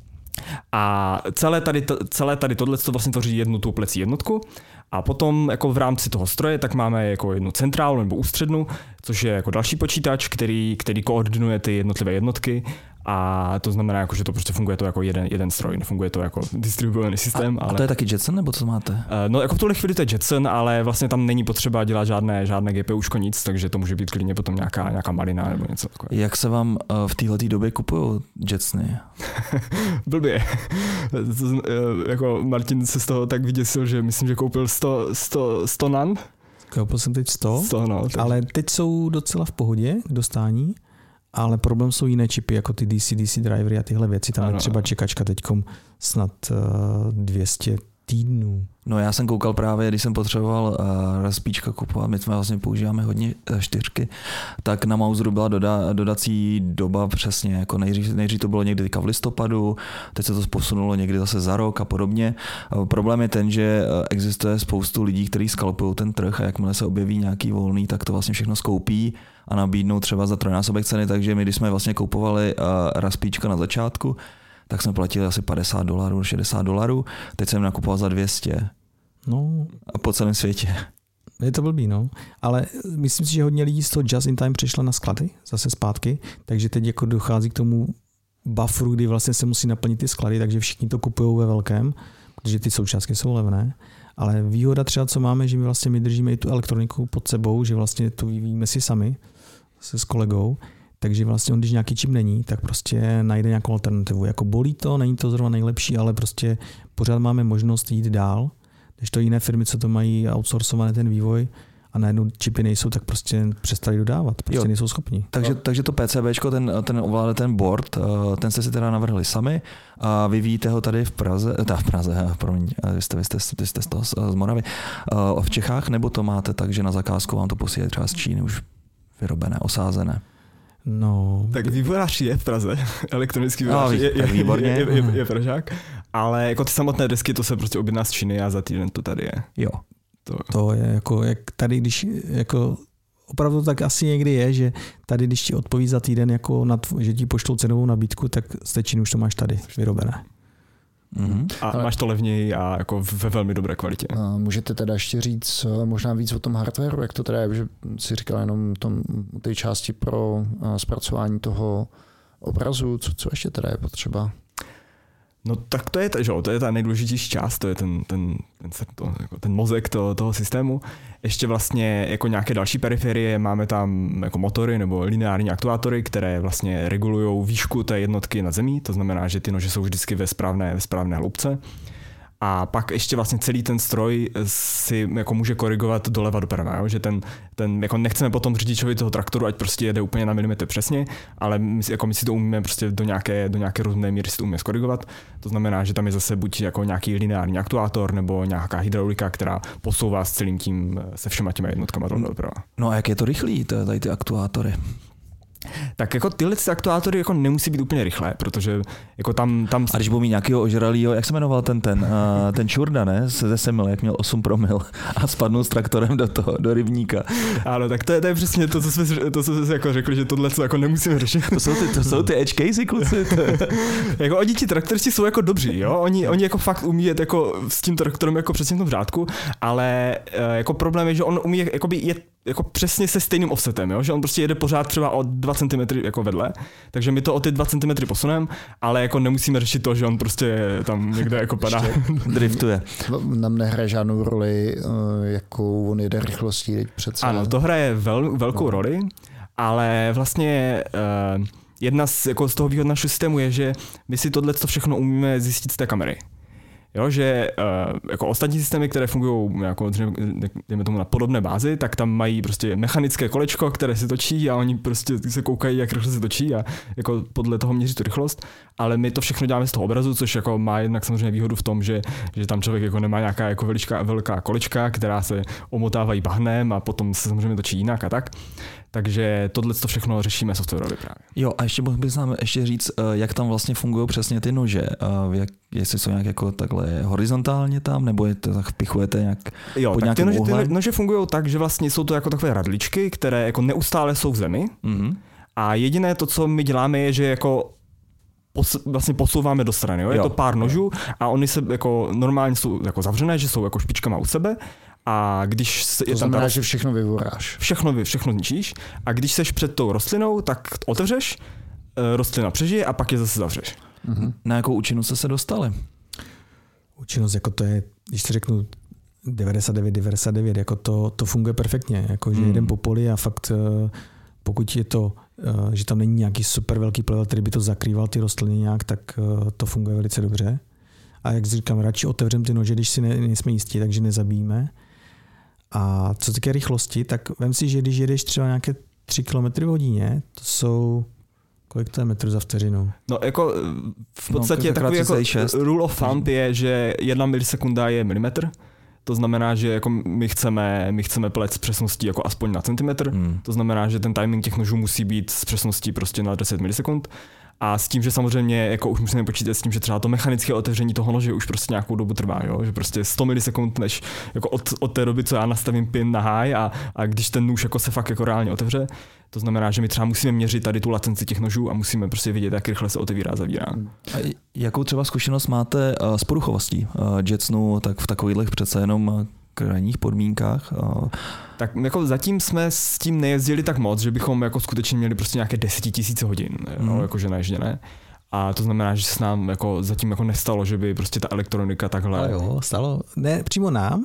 A celé tady, celé tady tohle to vlastně tvoří jednu tu plecí jednotku a potom jako v rámci toho stroje tak máme jako jednu centrálu nebo ústřednu, což je jako další počítač, který, který koordinuje ty jednotlivé jednotky a to znamená, jako, že to prostě funguje to jako jeden, jeden stroj, nefunguje to jako distribuovaný systém. A, ale... a to je taky Jetson, nebo co máte? No jako v tuhle chvíli to je Jetson, ale vlastně tam není potřeba dělat žádné, žádné GPUčko, nic, takže to může být klidně potom nějaká, nějaká Marina nebo něco takové. Jak se vám v této době kupují Jetsony? Blbě. Jako Martin se z toho tak vyděsil, že myslím, že koupil sto, sto, sto nan. Koupil jsem teď sto, sto no, ale teď jsou docela v pohodě k dostání. Ale problém jsou jiné čipy, jako ty D C D C drivery a tyhle věci. Tam ano, je třeba čekačka teďkom snad uh, dvě stě týdnů. No já jsem koukal právě, když jsem potřeboval uh, razpíčka kupovat, my jsme vlastně používáme hodně uh, čtyřky, tak na Mauseru byla doda, dodací doba přesně, jako nejdřív, nejdřív to bylo někdy v listopadu, teď se to posunulo někdy zase za rok a podobně. Uh, problém je ten, že uh, existuje spoustu lidí, kteří skalpují ten trh a jakmile se objeví nějaký volný, tak to vlastně všechno skoupí a nabídnou třeba za trojnásobek ceny, takže my, když jsme vlastně koupovali uh, razpíčka na začátku, tak jsme platili asi padesát dolarů, šedesát dolarů, teď jsem nakupoval za dvě stě. No. A po celém světě. Je to blbý, no. Ale myslím si, že hodně lidí z toho just in time přišlo na sklady, zase zpátky, takže teď jako dochází k tomu bufferu, kdy vlastně se musí naplnit ty sklady, takže všichni to kupují ve velkém, protože ty součástky jsou levné. Ale výhoda třeba, co máme, že my vlastně my držíme i tu elektroniku pod sebou, že vlastně to vyvíjíme si sami se s kolegou, takže vlastně on, když nějaký čip není, tak prostě najde nějakou alternativu. Jako bolí to, není to zrovna nejlepší, ale prostě pořád máme možnost jít dál, když to jiné firmy, co to mají outsourcované ten vývoj, a najednou čipy nejsou, tak prostě přestali dodávat, prostě jo. nejsou schopni. Takže, takže to PCBčko, ten, ten ovládá ten board, ten jste si teda navrhli sami a vyvíjíte ho tady v Praze, ta v Praze, promiň, vy jste, vy jste, vy jste z toho z Moravy, v Čechách, nebo to máte tak, že na zakázku vám to posílají třeba z Číny už vyrobené, osázené? No. Tak vývojář je v Praze, elektronický vývojář no, je, je, výborně. Je, je, je, je Pražák, ale jako ty samotné desky, to se prostě objedná z Číny a za týden to tady je. Jo. To, to je jako, jak tady, když jako opravdu tak asi někdy je, že tady, když ti odpoví za týden, jako na tvo, že ti pošlou cenovou nabídku, tak z té Číny už to máš tady vyrobené. Mm-hmm. A ale máš to levněji a jako ve velmi dobré kvalitě. A můžete teda ještě říct možná víc o tom hardwareu, jak to teda je, že jsi říkal jenom tom, té části pro zpracování toho obrazu, co, co ještě teda je potřeba? No tak to je, to, že, to je ta nejdůležitější část, to je ten, ten, ten, to, jako ten mozek to, toho systému. Ještě vlastně jako nějaké další periferie, máme tam jako motory nebo lineární aktuátory, které vlastně regulují výšku té jednotky nad zemí, to znamená, že ty nože jsou vždycky ve správné, ve správné hloubce. A pak ještě vlastně celý ten stroj si jako může korigovat doleva doprava, jo? Že ten, ten, jako nechceme potom řidičovi toho traktoru, ať prostě jede úplně na milimetr přesně, ale my, jako my si to umíme prostě do nějaké, do nějaké rozumné míry si to umíme skorigovat. To znamená, že tam je zase buď jako nějaký lineární aktuátor nebo nějaká hydraulika, která posouvá s celým tím, se všema těma jednotkama doleva doprava. No a jak je to rychlý, to, tady ty aktuátory? Tak jako tyhle aktuátory jako nemusí být úplně rychlé, protože jako tam... tam... A když budu mít nějakého ožralýho, jak se jmenoval ten ten, uh, ten Čurda, ne? Ze Semil, jak měl osm promil a spadnul s traktorem do toho, do rybníka. Ano, tak to je, to je přesně to, co jsme, to, co jsme jako řekli, že tohle co jako nemusíme řešit. To jsou ty, to jsou ty edge casey, kluci. Jako oni ti traktoristi jsou jako dobří, jo? Oni, oni jako fakt umí jet jako s tím traktorem jako přesně v tom řádku, ale jako problém je, že on umí jakoby jet jako přesně se stejným offsetem, jo? Že on prostě jede pořád třeba o dva centimetry jako vedle, takže my to o ty dva centimetry posuneme, ale jako nemusíme řešit to, že on prostě tam někde jako padá. Driftuje. Nám nehraje žádnou roli, jakou on jede rychlostí přece. Ano, to hraje vel, velkou no. roli, ale vlastně uh, jedna z, jako z toho výhod našeho systému je, že my si tohle všechno umíme zjistit z té kamery. Jo, že uh, jako ostatní systémy, které fungují jako, dejme tomu na podobné bázi, tak tam mají prostě mechanické kolečko, které se točí a oni prostě se koukají, jak rychle se točí a jako podle toho měří tu rychlost, ale my to všechno děláme z toho obrazu, což jako má jednak samozřejmě výhodu v tom, že, že tam člověk jako nemá nějaká jako veličká, velká kolečka, která se omotávají bahnem a potom se samozřejmě točí jinak a tak. Takže tohle to všechno řešíme softwarově právě. Jo, a ještě bych nám ještě říct, jak tam vlastně fungují přesně ty nože. Jak, jestli jsou nějak jako takhle horizontálně tam, nebo je to tak vpichujete nějak jo, pod tak nějakým ty nože, úhlem? ty nože fungují tak, že vlastně jsou to jako takové radličky, které jako neustále jsou v zemi. Mm-hmm. A jediné to, co my děláme, je, že jako pos, vlastně posouváme do strany. Jo? Je jo. to pár nožů a oni se jako normálně jsou jako zavřené, že jsou jako špičkama u sebe. A když se, to je znamená, tam že všechno vyvoráš. Všechno, všechno zničíš a když seš před tou rostlinou, tak otevřeš, rostlina přežije a pak je zase zavřeš. Mm-hmm. Na jakou účinnost jste se dostali? Účinnost, jako to je, když si řeknu devadesát devět devadesát devět, jako to, to funguje perfektně, jako že mm. jedem po poli a fakt pokud je to, že tam není nějaký super velký plevel, který by to zakrýval ty rostliny nějak, tak to funguje velice dobře. A jak říkám, radši otevřeme ty nože, když si ne, nejsme jistí, takže nezabijíme. A co týká rychlosti, tak vem si, že když jedeš třeba nějaké tři kilometry v hodině, to jsou, kolik to je metrů za vteřinu? No jako v podstatě no, takový jako rule of thumb je, že jedna milisekunda je milimetr. To znamená, že jako my chceme, my chceme plet s přesností jako aspoň na centimetr. Hmm. To znamená, že ten timing těch nožů musí být s přesností prostě na deset milisekund. A s tím, že samozřejmě jako už musíme počítat s tím, že třeba to mechanické otevření toho nože už prostě nějakou dobu trvá, jo? Že prostě sto milisekund, než jako od, od té doby, co já nastavím pin na high a, a když ten nůž jako se fakt jako reálně otevře, to znamená, že my třeba musíme měřit tady tu latenci těch nožů a musíme prostě vidět, jak rychle se otevírá a zavírá. A jakou třeba zkušenost máte s poruchovostí Jetsonu, tak v takových přece jenom krajních podmínkách? Tak jako zatím jsme s tím nejezdili tak moc, že bychom jako skutečně měli prostě nějaké desetitisíce hodin, mm. no, jakože naježděné. A to znamená, že se nám jako zatím jako nestalo, že by prostě ta elektronika takhle... Ale jo, stalo. Ne přímo nám,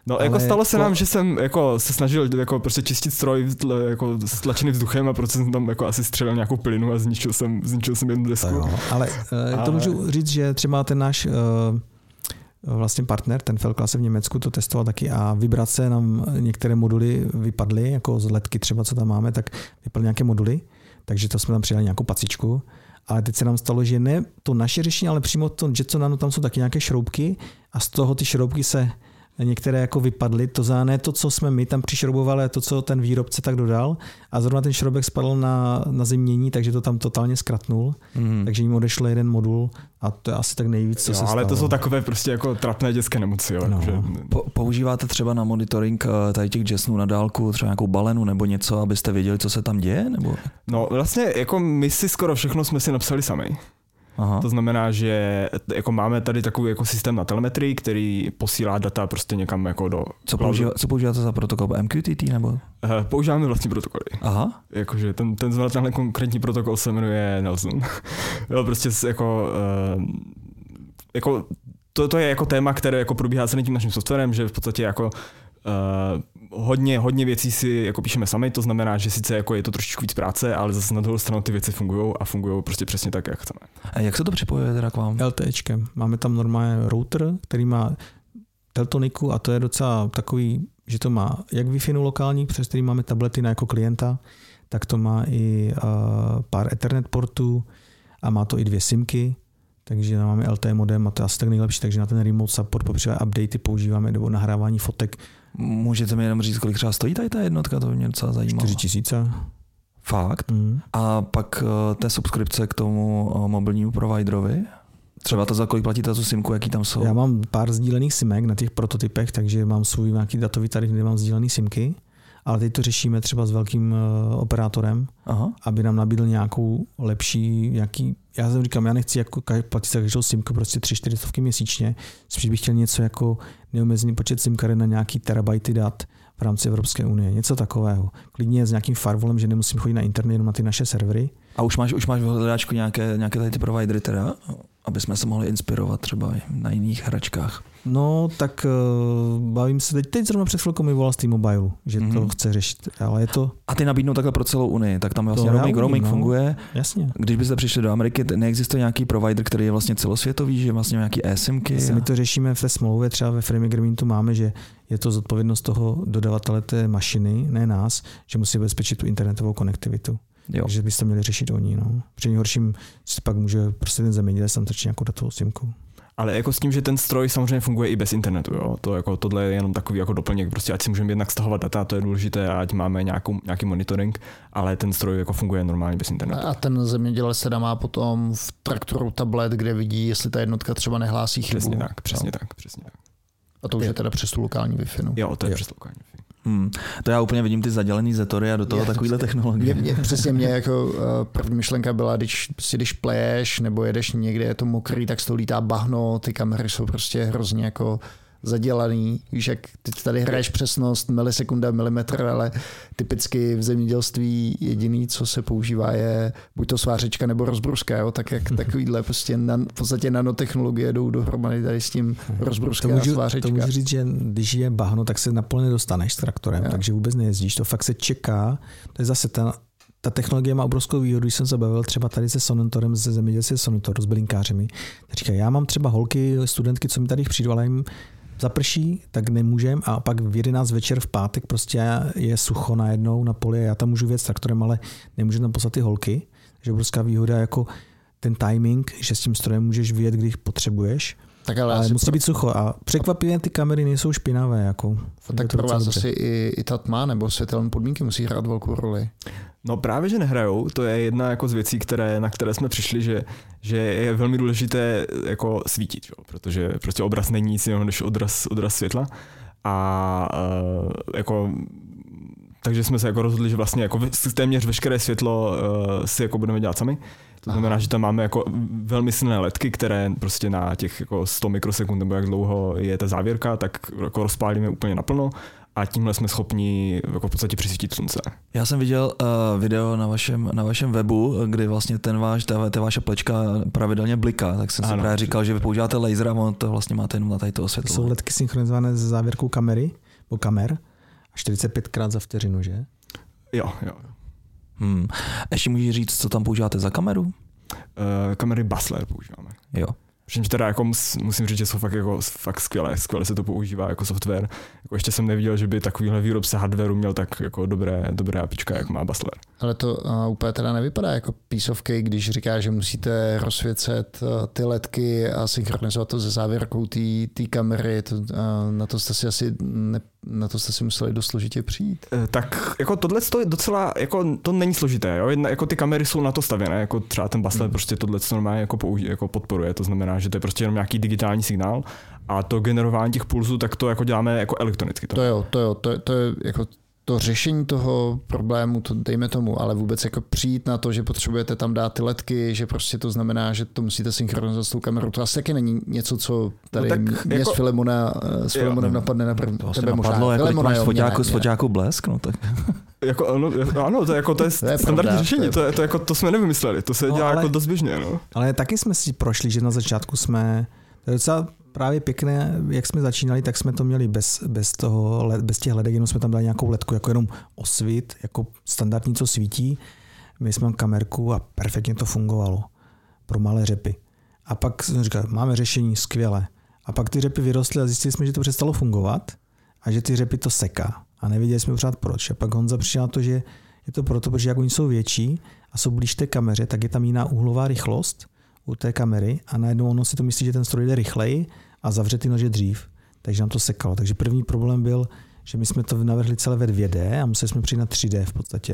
No ale jako stalo se to... nám, že jsem jako se snažil jako prostě čistit stroj jako stlačený vzduchem a prostě jsem tam jako asi střelil nějakou plynu a zničil jsem, zničil jsem jednu desku. Jo, ale uh, to můžu říct, že třeba ten náš uh, vlastně partner, ten Velklase v Německu to testoval taky a vibrace nám některé moduly vypadly, jako z ledky třeba, co tam máme, tak vypadly nějaké moduly, takže to jsme tam přidali nějakou pacičku. Ale teď se nám stalo, že ne to naše řešení, ale přímo to Jetson Nano, tam jsou taky nějaké šroubky a z toho ty šroubky se některé jako vypadly, to za ne to, co jsme my tam přišroubovali, ale to, co ten výrobce tak dodal a zrovna ten šroubek spadl na, na zemění, takže to tam totálně zkratnul, mm. takže jim odešel jeden modul a to je asi tak nejvíc, co jo, se ale stalo. To jsou takové prostě jako trapné dětské nemoci. Jo, no. že... po, používáte třeba na monitoring tady těch Jetsonů na dálku třeba nějakou balenu nebo něco, abyste věděli, co se tam děje? Nebo? No vlastně jako my si skoro všechno jsme si napsali sami. Aha. To znamená, že jako máme tady takový jako systém na telemetrii, který posílá data prostě někam jako do... Co, používá, co používáte za protokol? M Q T T nebo? Používáme vlastní protokoly. Aha. Jakože ten, ten zrovna tenhle konkrétní protokol se jmenuje Nelson. Jo, prostě jako... jako to, to je jako téma, které jako probíhá celým tím naším softwarem, že v podstatě jako Uh, hodně, hodně věcí si jako píšeme sami, to znamená, že sice jako je to trošičku víc práce, ale zase na druhou stranu ty věci fungují a fungují prostě přesně tak, jak chceme. A jak se to připojuje teda k vám? LTEčkem. Máme tam normálně router, který má Teltoniku a to je docela takový, že to má jak Wi-Fi lokální, přes který máme tablety na jako klienta, tak to má i uh, pár Ethernet portů a má to i dvě simky. Takže máme L T E modem a to je asi tak nejlepší, takže na ten remote support popřípadě updaty používáme nebo nahrávání fotek. Můžete mi jenom říct, kolik třeba stojí tady ta jednotka, to by mě docela zajímalo. čtyři tisíce. Fakt? Mm. A pak té subskripce k tomu mobilnímu providerovi? Třeba to za kolik platíte tu simku, jaký tam jsou? Já mám pár sdílených simek na těch prototypech, takže mám svůj nějaký datový tarif, kde mám sdílený simky. Ale teď to řešíme třeba s velkým uh, operátorem, Aha. aby nám nabídl nějakou lepší, nějaký, já jsem říkám, já nechci jako platit za každou simku prostě tři čtyři stovky měsíčně, spíš bych chtěl něco jako neomezený počet simkaret na nějaký terabajty dat v rámci Evropské unie, něco takového. Klidně s nějakým firewallem, že nemusím chodit na internet, jenom na ty naše servery. A už máš, už máš v hledáčku nějaké, nějaké tady ty providery teda, aby jsme se mohli inspirovat třeba na jiných hračkách? No, tak uh, bavím se teď, teď zrovna před chvilkou mi volal z T-Mobilu, že mm-hmm. to chce řešit, ale je to... A ty nabídnou takhle pro celou Unii, tak tam vlastně roaming, roaming no. funguje. Jasně. Když byste přišli do Ameriky, neexistuje nějaký provider, který je vlastně celosvětový, že vlastně nějaký e-simky? A... My to řešíme v té smlouvě, třeba ve Frame Agreementu máme, že je to zodpovědnost toho dodavatele té mašiny, ne nás, že musí zabezpečit tu internetovou konektivitu. Jo. Takže byste měli řešit oni. No. Při nejhorším si pak může prostě ten zemědělec tam trčit nějakou datovou simku. Ale jako s tím, že ten stroj samozřejmě funguje i bez internetu, jo. To jako tohle je jenom takový jako doplněk, prostě ať si můžeme jednak stahovat data, to je důležité, ať máme nějakou, nějaký monitoring, ale ten stroj jako funguje normálně bez internetu. A ten zemědělec teda má potom v traktoru tablet, kde vidí, jestli ta jednotka třeba nehlásí chybu. Přesně tak, přesně no. tak, přesně tak. A to už je, je teda přes tu lokální Wi-Fi. No. Jo, to je jo. přes lokální Wi-Fi. Hmm. To já úplně vidím ty zadělený zetory a do toho je, takovýhle technologie. Mě, mě, přesně mě jako první myšlenka byla, když, když pleješ nebo jedeš někde, je to mokrý, tak z toho lítá bahno, ty kamery jsou prostě hrozně jako zadělaný. Víš, jak ty tady hraješ přesnost milisekunda, milimetr, ale typicky v zemědělství jediný, co se používá, je buď to svářečka nebo rozbruska, jo? Tak jak takovýhle prostě na, v podstatě nanotechnologie jdou dohromady tady s tím rozbruska a svářečka. To můžu říct, že když je bahno, tak se na pole nedostaneš s traktorem, jo. takže vůbec nejezdíš, to fakt se čeká. To je zase ta Ta technologie má obrovskou výhodu, když jsem se bavil třeba tady se Sonitorem, ze zemědělci Sonitor, s bylinkářemi. Říká, já mám třeba holky, studentky, co mi tady přijdou, ale jim zaprší, tak nemůžem a pak v jedenáct večer v pátek prostě je sucho najednou na poli a já tam můžu věc traktorem, ale nemůžu tam poslat ty holky. Takže obrovská výhoda jako ten timing, že s tím strojem můžeš vyjet, když potřebuješ. Tak ale, ale musí pro... být sucho a překvapivě ty kamery nejsou špinavé. Jako. Tak pro vás asi i, i ta tma nebo světelné podmínky musí hrát velkou roli. No právě, že nehrajou. To je jedna jako z věcí, které, na které jsme přišli, že, že je velmi důležité jako svítit, jo? Protože prostě obraz není nic jiného než odraz, odraz světla. A uh, jako takže jsme se jako rozhodli, že vlastně jako téměř veškeré světlo uh, si jako budeme dělat sami. To znamená, Aha. že tam máme jako velmi silné ledky, které prostě na těch jako sto mikrosekund nebo jak dlouho je ta závěrka, tak jako rozpálíme úplně naplno a tímhle jsme schopni jako v podstatě přisvítit slunce. Já jsem viděl uh, video na vašem, na vašem webu, kdy vlastně ten váš, ta, ta vaše plečka pravidelně bliká, tak jsem si ano, právě říkal, že vy používáte laser a ono to vlastně máte jenom na tady to osvětlo. Jsou ledky synchronizované se závěrkou kamery, nebo kamer, čtyřicet pět krát za vteřinu, že? Jo, jo. Hmm. Ještě můžeš říct, co tam používáte za kameru? Uh, kamery Basler používáme. Jo. Všimně teda jako musím říct, že jsou fakt, jako, fakt skvělé, skvěle se to používá jako software. Jako ještě jsem neviděl, že by takovýhle výrobce hardwareu měl tak jako dobré, dobré apička, jak má Basler. Ale to uh, úplně teda nevypadá jako piece of cake, když říká, že musíte rozsvěcet uh, ty ledky a synchronizovat to se závěrkou té kamery. To, uh, na to jste si asi ne, na to jste si museli dost složitě přijít. E, tak jako tohle je docela, jako to není složité, jo? Jedna, jako ty kamery jsou na to stavěné, jako třeba ten Basler hmm. prostě tohle normálně jako, použi, jako podporuje, to znamená, že to je prostě jenom nějaký digitální signál a to generování těch pulzů, tak to jako děláme jako elektronicky. To, to jo, to jo, to, to je jako to řešení toho problému, to dejme tomu, ale vůbec jako přijít na to, že potřebujete tam dát ty ledky, že prostě to znamená, že to musíte synchronizovat s tou kamerou. To asi taky není něco, co tady no mě jako, s Filemona, s Filemonem napadne na první. To tebe možná. Napadlo, jako máš foťáku, s foťáku blesk, no tak. Jako, ano, ano, to, jako, to je, to je standardní pravda, řešení, to, je... to, je, to, jako, to jsme nevymysleli, to se no, dělá ale, jako dost běžně. No. Ale taky jsme si prošli, že na začátku jsme, to je docela právě pěkné, jak jsme začínali, tak jsme to měli bez, bez, toho, bez těch ledek, jenom jsme tam dali nějakou ledku, jako jenom osvit, jako standardní, co svítí. My jsme kamerku a perfektně to fungovalo pro malé řepy. A pak jsem říkal, máme řešení, skvěle. A pak ty řepy vyrostly a zjistili jsme, že to přestalo fungovat a že ty řepy to seká. A nevěděli jsme pořád proč. A pak Honza přišel na to, že je to proto, protože jak oni jsou větší a jsou blíž té kameře, tak je tam jiná úhlová rychlost u té kamery a najednou ono si to myslí, že ten stroj jde rychleji a zavře ty nože dřív. Takže nám to sekalo. Takže první problém byl, že my jsme to navrhli celé ve dvě dé a museli jsme přijít na tři dé v podstatě.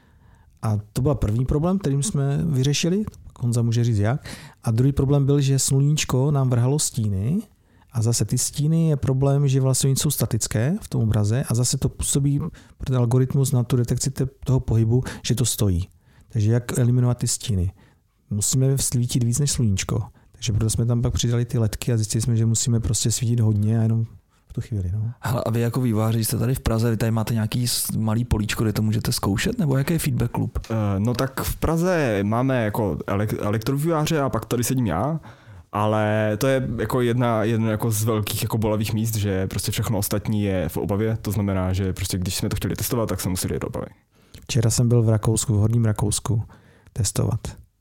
A to byl první problém, kterým jsme vyřešili. Honza může říct jak. A druhý problém byl, že sluníčko nám vrhalo stíny. A zase ty stíny je problém, že vlastně oni jsou statické v tom obraze a zase to působí pro ten algoritmus na tu detekci toho pohybu, že to stojí. Takže jak eliminovat ty stíny? Musíme svítit víc než sluníčko. Takže proto jsme tam pak přidali ty ledky a zjistili jsme, že musíme prostě svítit hodně a jenom v tu chvíli. No. Hele, a vy jako vývojáři jste tady v Praze, vy tady máte nějaký malý políčko, kde to můžete zkoušet, nebo jaký je Feedback Club? Uh, no tak v Praze máme jako elektrovývojáře a pak tady sedím já. Ale to je jako jedna, jedna jako z velkých jako bolavých míst, že prostě všechno ostatní je v Opavě. To znamená, že prostě když jsme to chtěli testovat, tak jsme museli jít do Opavy. Včera jsem byl v Rakousku, v Horním Rakousku testovat.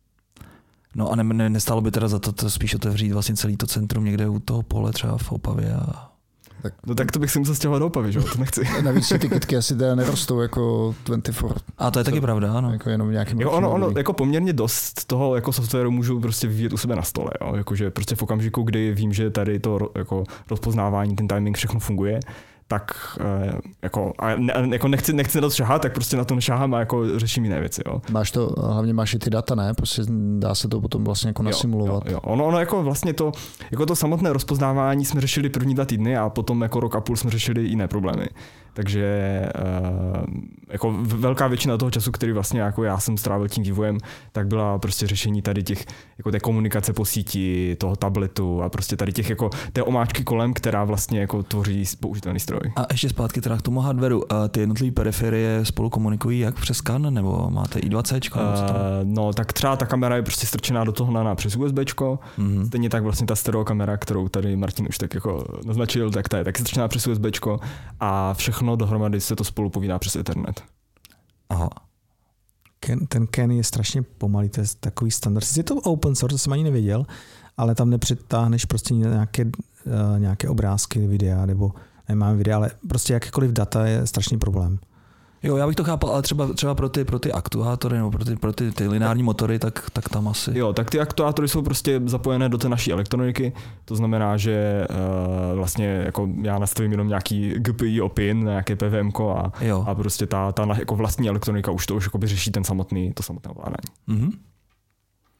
No a ne, ne, nestalo by teda za to, to spíš otevřít vlastně celý to centrum někde u toho pole třeba v Opavě a... Tak, no tak to bych si musel stěhovat do Opavy, že jo, to nechci. Navíc ty kytky asi teda nerostou jako dvacet čtyři. A to je taky to, pravda, ano. Jako jenom nějakým jo, ono, ono, jako poměrně dost toho jako softwaru můžu prostě vyvíjet u sebe na stole, jo, jakože prostě v okamžiku, kdy vím, že tady to jako rozpoznávání, ten timing, všechno funguje, tak jako, a ne, jako nechci, nechci na to šahat, tak prostě na to nešahám a jako řeším jiné věci. Jo. Máš to, hlavně máš i ty data, ne? Prostě dá se to potom vlastně jako nasimulovat. Jo, jo, jo. Ono, ono jako vlastně to, jako to samotné rozpoznávání jsme řešili první dva týdny a potom jako rok a půl jsme řešili jiné problémy. Takže jako velká většina toho času, který vlastně jako já jsem strávil tím vývojem, tak byla prostě řešení tady těch, jako té komunikace po síti, toho tabletu a prostě tady těch jako té omáčky kolem, která vlastně jako tvoří použitelný stroj. A ještě zpátky teda k tomu hardwareu. A ty jednotlivé periferie spolu komunikují jak přes kan, nebo máte í dvacet? Uh, no tak třeba ta kamera je prostě strčená do toho na přes USBčko. Mm-hmm. Stejně tak vlastně ta stereo kamera, kterou tady Martin už tak jako naznačil, tak ta je taky strčená přes USBčko a všechno No, dohromady se to spolu povídá přes Ethernet. Aha. Ken, ten Ken je strašně pomalý, to je takový standard. Je to open source, to jsem ani nevěděl, ale tam nepřetáhneš prostě nějaké, uh, nějaké obrázky, videa, nebo nemám videa, ale prostě jakékoliv data je strašný problém. Jo, já bych to chápal, ale třeba, třeba pro ty, pro ty aktuátory nebo pro ty, pro ty, ty lineární motory, tak, tak tam asi... Jo, tak ty aktuátory jsou prostě zapojené do té naší elektroniky, to znamená, že uh, vlastně jako já nastavím jenom nějaký G P I O pin, nějaké P V M ko a, a prostě ta, ta jako vlastní elektronika už to už řeší ten samotný, to samotné ovládání. Mm-hmm.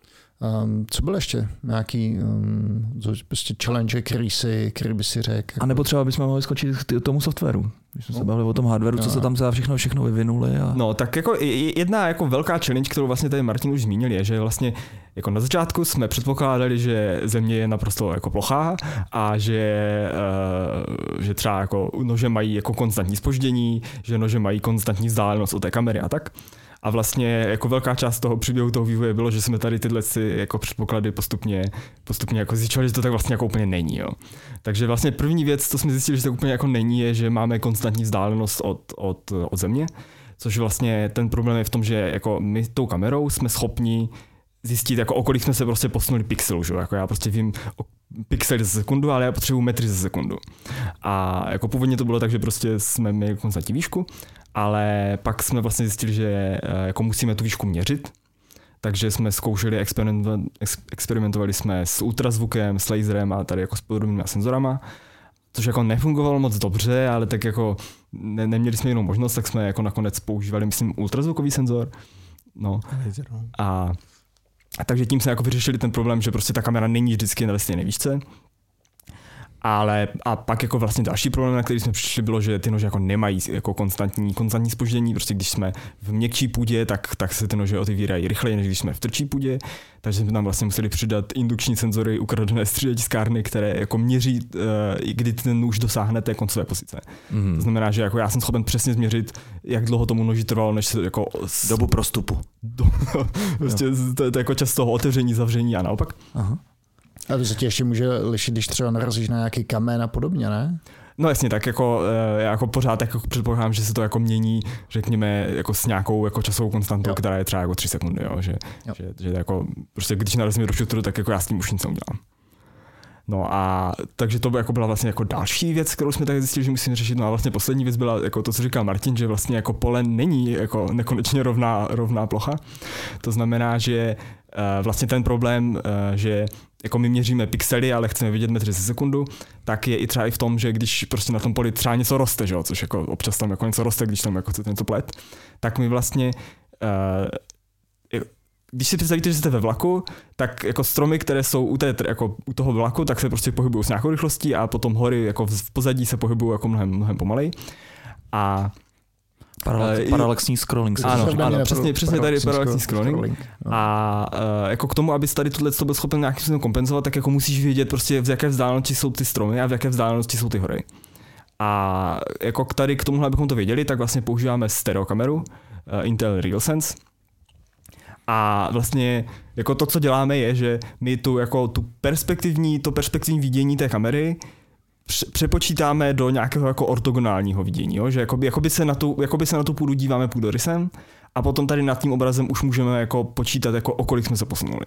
Um, co bylo ještě? Nějaký um, prostě challenge, který, si, který by si řekl? A nebo třeba bychom mohli skočit k tomu softwaru. Když jsme no. se bavili o tom hardwareu, co no. se tam za všechno, všechno vyvinuli. A... No tak jako jedna jako velká challenge, kterou vlastně tady Martin už zmínil, je, že vlastně jako na začátku jsme předpokládali, že Země je naprosto jako plochá a že, uh, že třeba jako nože mají jako konstantní zpoždění, že nože mají konstantní vzdálenost od té kamery a tak. A vlastně jako velká část toho příběhu toho vývoje bylo, že jsme tady tyhle si jako předpoklady postupně, postupně jako zjišťovali, že to tak vlastně jako úplně není. Jo. Takže vlastně první věc, co jsme zjistili, že to úplně jako není, je, že máme konstantní vzdálenost od, od, od Země, což vlastně ten problém je v tom, že jako my tou kamerou jsme schopni zjistit, jako o kolik jsme se prostě posunuli pixelů. Že? Jako já prostě vím o pixely za sekundu, ale já potřebuji metry za sekundu. A jako původně to bylo tak, že prostě jsme měli konstantní výšku, ale pak jsme vlastně zjistili, že jako musíme tu výšku měřit, takže jsme zkoušeli, experimentovat, experimentovali jsme s ultrazvukem, s laserem a tady jako s podobnými senzorama, což jako nefungovalo moc dobře, ale tak jako ne, neměli jsme jinou možnost, tak jsme jako nakonec používali, myslím, ultrazvukový senzor. No. A, a takže tím jsme jako vyřešili ten problém, že prostě ta kamera není vždycky na stejné výšce. Ale a pak jako vlastně další problém, na který jsme přišli, bylo, že ty nože jako nemají jako konstantní, konstantní zpoždění. Prostě když jsme v měkčí půdě, tak, tak se ty nože otevírají rychleji, než když jsme v tvrdší půdě. Takže jsme tam vlastně museli přidat indukční senzory ukradené z tři dé tiskárny, které jako měří, uh, kdy ten nůž dosáhne té koncové pozice. Mm. To znamená, že jako já jsem schopen přesně změřit, jak dlouho tomu noži trvalo, než se jako... Dobu prostupu. Do, prostě to, to jako čas toho otevření, zavření a naopak. Aha. A to se ti ještě může lišit, když třeba narazíš na nějaký kamen a podobně, ne? No jasně, tak jako, já jako pořád jako předpokládám, že se to jako mění, řekněme, jako s nějakou jako časovou konstantou, jo. která je třeba jako tři sekundy, jo? Že, jo. že, že jako, prostě když narazím do shooteru, tak jako já s tím už nic neudělám. No a takže to by jako byla vlastně jako další věc, kterou jsme tak zjistili, že musíme řešit. No a vlastně poslední věc byla jako to, co říkal Martin, že vlastně jako pole není jako nekonečně rovná, rovná plocha. To znamená, že uh, vlastně ten problém, uh, že jako my měříme pixely, ale chceme vidět metry za sekundu, tak je i třeba i v tom, že když prostě na tom poli třeba něco roste, že jo, což jako občas tam jako něco roste, když tam jako chcete něco plet, tak my vlastně uh, když si představíte, že jste ve vlaku, tak jako stromy, které jsou u, té, jako u toho vlaku, tak se prostě pohybují s nějakou rychlostí a potom hory jako v pozadí se pohybují jako mnohem, mnohem pomalej. A Paralex, paralexní scrolling. Ano, ano přesně, přesně tady paralexní scrolling. scrolling. A uh, jako k tomu, abys tady tohle byl schopen nějakým způsobem kompenzovat, tak jako musíš vědět prostě, v jaké vzdálenosti jsou ty stromy a v jaké vzdálenosti jsou ty hory. A jako tady k tomuhle, abychom to věděli, tak vlastně používáme stereokameru uh, Intel RealSense. A vlastně jako to, co děláme, je, že my tu jako tu perspektivní, to perspektivní vidění té kamery přepočítáme do nějakého jako ortogonálního vidění, jo? Že jakoby, jakoby, se na tu, jakoby se na tu půdu díváme půdorysem a potom tady nad tím obrazem už můžeme jako počítat, jako o kolik jsme se posunuli.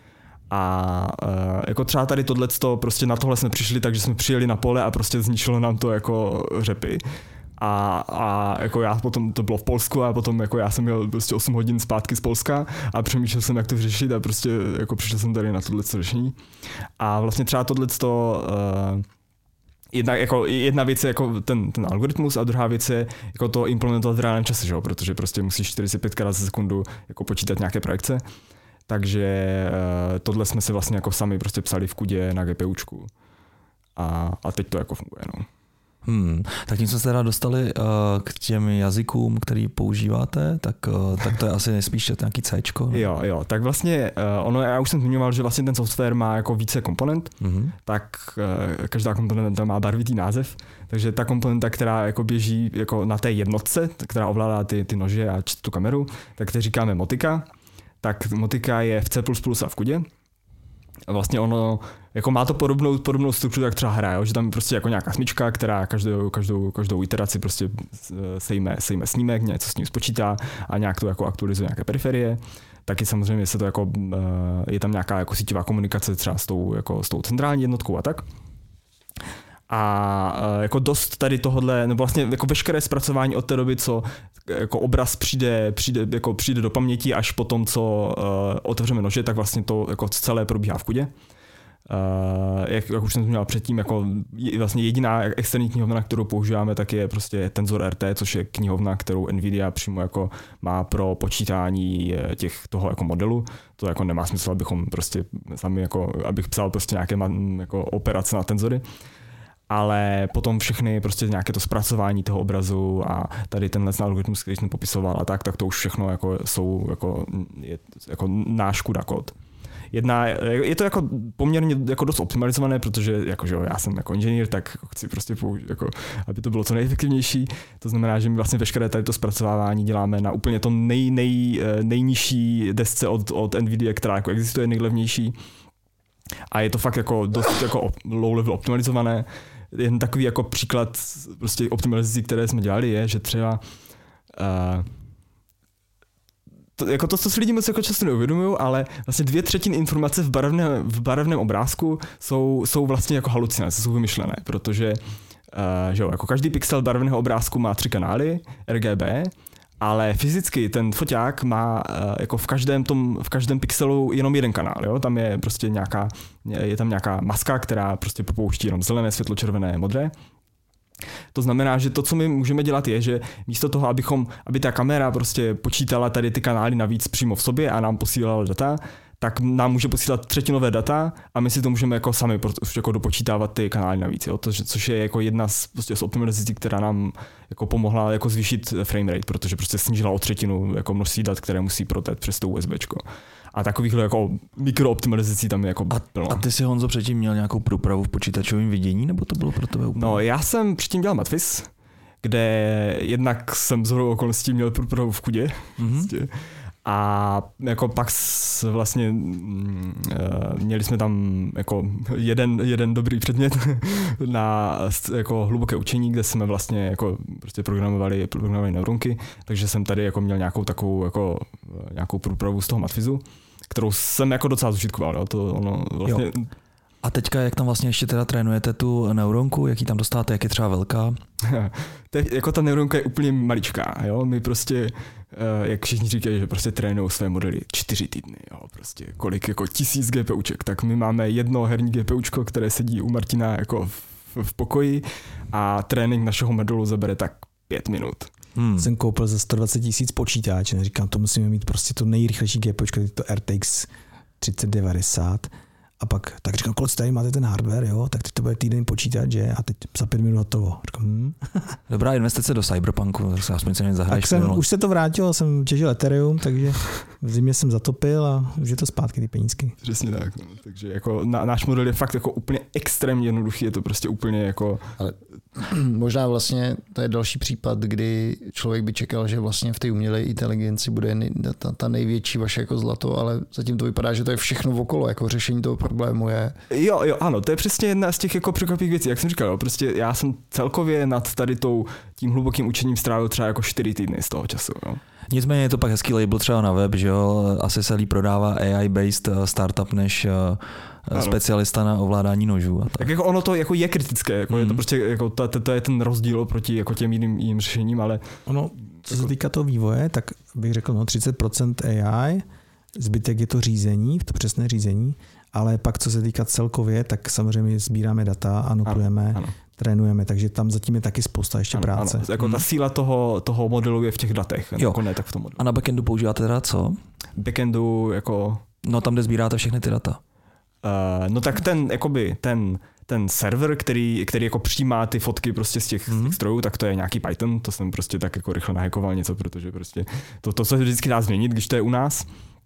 A uh, jako třeba tady tohleto, prostě na tohle jsme přišli, takže jsme přijeli na pole a prostě zničilo nám to jako řepy. A, a jako já potom, to bylo v Polsku a potom jako já jsem měl prostě osm hodin zpátky z Polska a přemýšlel jsem, jak to vyřešit a prostě jako přišel jsem tady na tohleto řešení. A vlastně třeba tohleto uh, Jedna, jako, jedna věc je jako ten, ten algoritmus a druhá věc je jako to implementovat v reálném čase, že? Protože prostě musíš čtyřicet pět krát za sekundu jako počítat nějaké projekce. Takže uh, tohle jsme si vlastně jako sami prostě psali v kudě na GPUčku. A, a teď to jako funguje. No. Hmm, tak tím jsme se teda dostali uh, k těm jazykům, který používáte, tak, uh, tak to je asi nejspíš nějaký Cčko. Ne? Jo, jo, tak vlastně uh, ono, já už jsem zmiňoval, že vlastně ten software má jako více komponent, mm-hmm. tak uh, každá komponenta má barvitý název, takže ta komponenta, která jako běží jako na té jednotce, která ovládá ty, ty nože a tu kameru, tak to říkáme motika, tak motika je v C plus plus a v kudě. A vlastně ono jako má to podobnou, podobnou strukturu, jak třeba hra, jo? Že tam je prostě jako nějaká smyčka, která každou, každou, každou iteraci prostě sejme, sejme snímek, něco s ním spočítá a nějak to jako aktualizuje nějaké periferie. Taky samozřejmě se to jako, je tam nějaká jako síťová komunikace třeba s tou, jako, s tou centrální jednotkou a tak. A jako dost tady tohodle, nebo vlastně jako veškeré zpracování od té doby, co jako obraz přijde, přijde, jako přijde do paměti až po tom, co uh, otevřeme nože, tak vlastně to jako celé probíhá v kudě. Uh, jak, jak už jsem zmínil předtím, jako vlastně jediná externí knihovna, kterou používáme, tak je prostě Tensor R T, což je knihovna, kterou Nvidia přímo jako má pro počítání těch toho jako modelu. To jako nemá smysl, abychom prostě sami jako, abych psal prostě nějaké jako operace na tenzory. Ale potom všechny prostě nějaké to zpracování toho obrazu a tady tenhle algoritmus, který jsem popisoval a tak, tak to už všechno jako jsou jako, je, jako náš CUDA kód. Jedna, je to jako poměrně jako dost optimalizované, protože jako, že jo, já jsem jako inženýr, tak chci prostě použít, jako, aby to bylo co nejefektivnější. To znamená, že my vlastně veškeré tady to zpracovávání děláme na úplně to nej, nej, nejnižší desce od, od Nvidia, která jako existuje, nejlevnější. A je to fakt jako dost jako low level optimalizované. Jen takový jako příklad prostě optimalizací, které jsme dělali, je, že třeba uh, to, jako to, co si lidi moc jako často neuvědomují, ale vlastně dvě třetiny informace v barevném, v barevném obrázku jsou, jsou vlastně jako halucinace, jsou vymyšlené, protože uh, že jo, jako každý pixel barevného obrázku má tři kanály R G B, ale fyzicky ten foťák má uh, jako v každém tom, v každém pixelu jenom jeden kanál, jo? Tam je prostě nějaká, je tam nějaká maska, která prostě propouští jenom zelené, světlo, červené, modré. To znamená, že to, co my můžeme dělat, je, že místo toho, abychom, aby ta kamera prostě počítala tady ty kanály navíc přímo v sobě a nám posílala data, tak nám může posílat třetinové data a my si to můžeme jako sami jako dopočítávat ty kanály navíc, jo? To, což je jako jedna z, prostě z optimalizací, která nám jako pomohla jako zvýšit frame rate, protože prostě snížila o třetinu jako množství dat, které musí protéct přes to USBčko. A takovýchhle jako mikrooptimalizací tam je jako a, a ty si, Honzo, předtím měl nějakou průpravu v počítačovém vidění, nebo to bylo pro tebe úplně? No, já jsem předtím dělal Matfis, kde jednak jsem shodou okolností měl průpravu v Kudě. Mm-hmm. A jako pak vlastně uh, měli jsme tam jako jeden, jeden dobrý předmět na jako hluboké učení, kde jsme vlastně jako prostě programovali, programovali neuronky, takže jsem tady jako měl nějakou takovou jako nějakou průpravu z toho Matfizu, kterou jsem jako docela zužitkoval, jo, to ono vlastně. Jo. A teďka, jak tam vlastně ještě teda trénujete tu neuronku, jak ji tam dostáte, jak je třeba velká? Te, jako ta neuronka je úplně maličká, jo, my prostě, uh, jak všichni říkají, že prostě trénují své modely čtyři týdny, jo, prostě kolik jako tisíc GPUček, tak my máme jedno herní GPUčko, které sedí u Martina jako v, v pokoji a trénink našeho modelu zabere tak pět minut. Hmm. Jsem koupil za sto dvacet tisíc počítač, neříkám, to musíme mít prostě to nejrychlejší GPUčko, to R T X třicet devadesát. A pak tak říkám, kolik tady máte ten hardware, jo, tak teď to bude týden počítat, že? A teď za pět minut hotovo. Říkám, hm. Dobrá investice do Cyberpunku, tak se aspoň se zahraješ. Tak jsem, už se to vrátilo, jsem těžil Ethereum, takže v zimě jsem zatopil a už je to zpátky ty penízky. Přesně tak, no. Takže jako na, náš model je fakt jako úplně extrémně jednoduchý, je to prostě úplně jako... Ale možná vlastně to je další případ, kdy člověk by čekal, že vlastně v té umělé inteligenci bude ta, ta největší vaše jako zlato, ale zatím to vypadá, že to je všechno okolo, jako řešení toho problému je. Jo, jo, ano, to je přesně jedna z těch jako překvapivých věcí, jak jsem říkal, jo, prostě já jsem celkově nad tady tou, tím hlubokým učením strávil třeba jako čtyři týdny z toho času, jo. Nicméně je to pak hezký label třeba na web, že jo, asi se líp prodává A I-based startup než ano. specialista na ovládání nožů. A tak. tak jako ono to jako je kritické, jako mm. je to prostě jako to, to, to je ten rozdíl proti jako těm jiným, jiným řešením, ale ono, co se týká toho vývoje, tak bych řekl, no třicet procent A I, zbytek je to řízení, to přesné řízení, ale pak co se týká celkově, tak samozřejmě sbíráme data, anotujeme, ano, ano. trénujeme, takže tam zatím je taky spousta ještě ano, práce. Ano. Jako hmm. ta síla toho, toho modelu je v těch datech, jako ne tak v tom modelu. A na backendu používáte teda co? Backendu jako... No tam, kde sbíráte všechny ty data. Uh, no tak ten, jakoby, ten, ten server, který, který jako přijímá ty fotky prostě z těch, hmm. těch strojů, tak to je nějaký Python, to jsem prostě tak jako rychle nahackoval něco, protože prostě to, to se vždycky dá změnit, když to je u nás.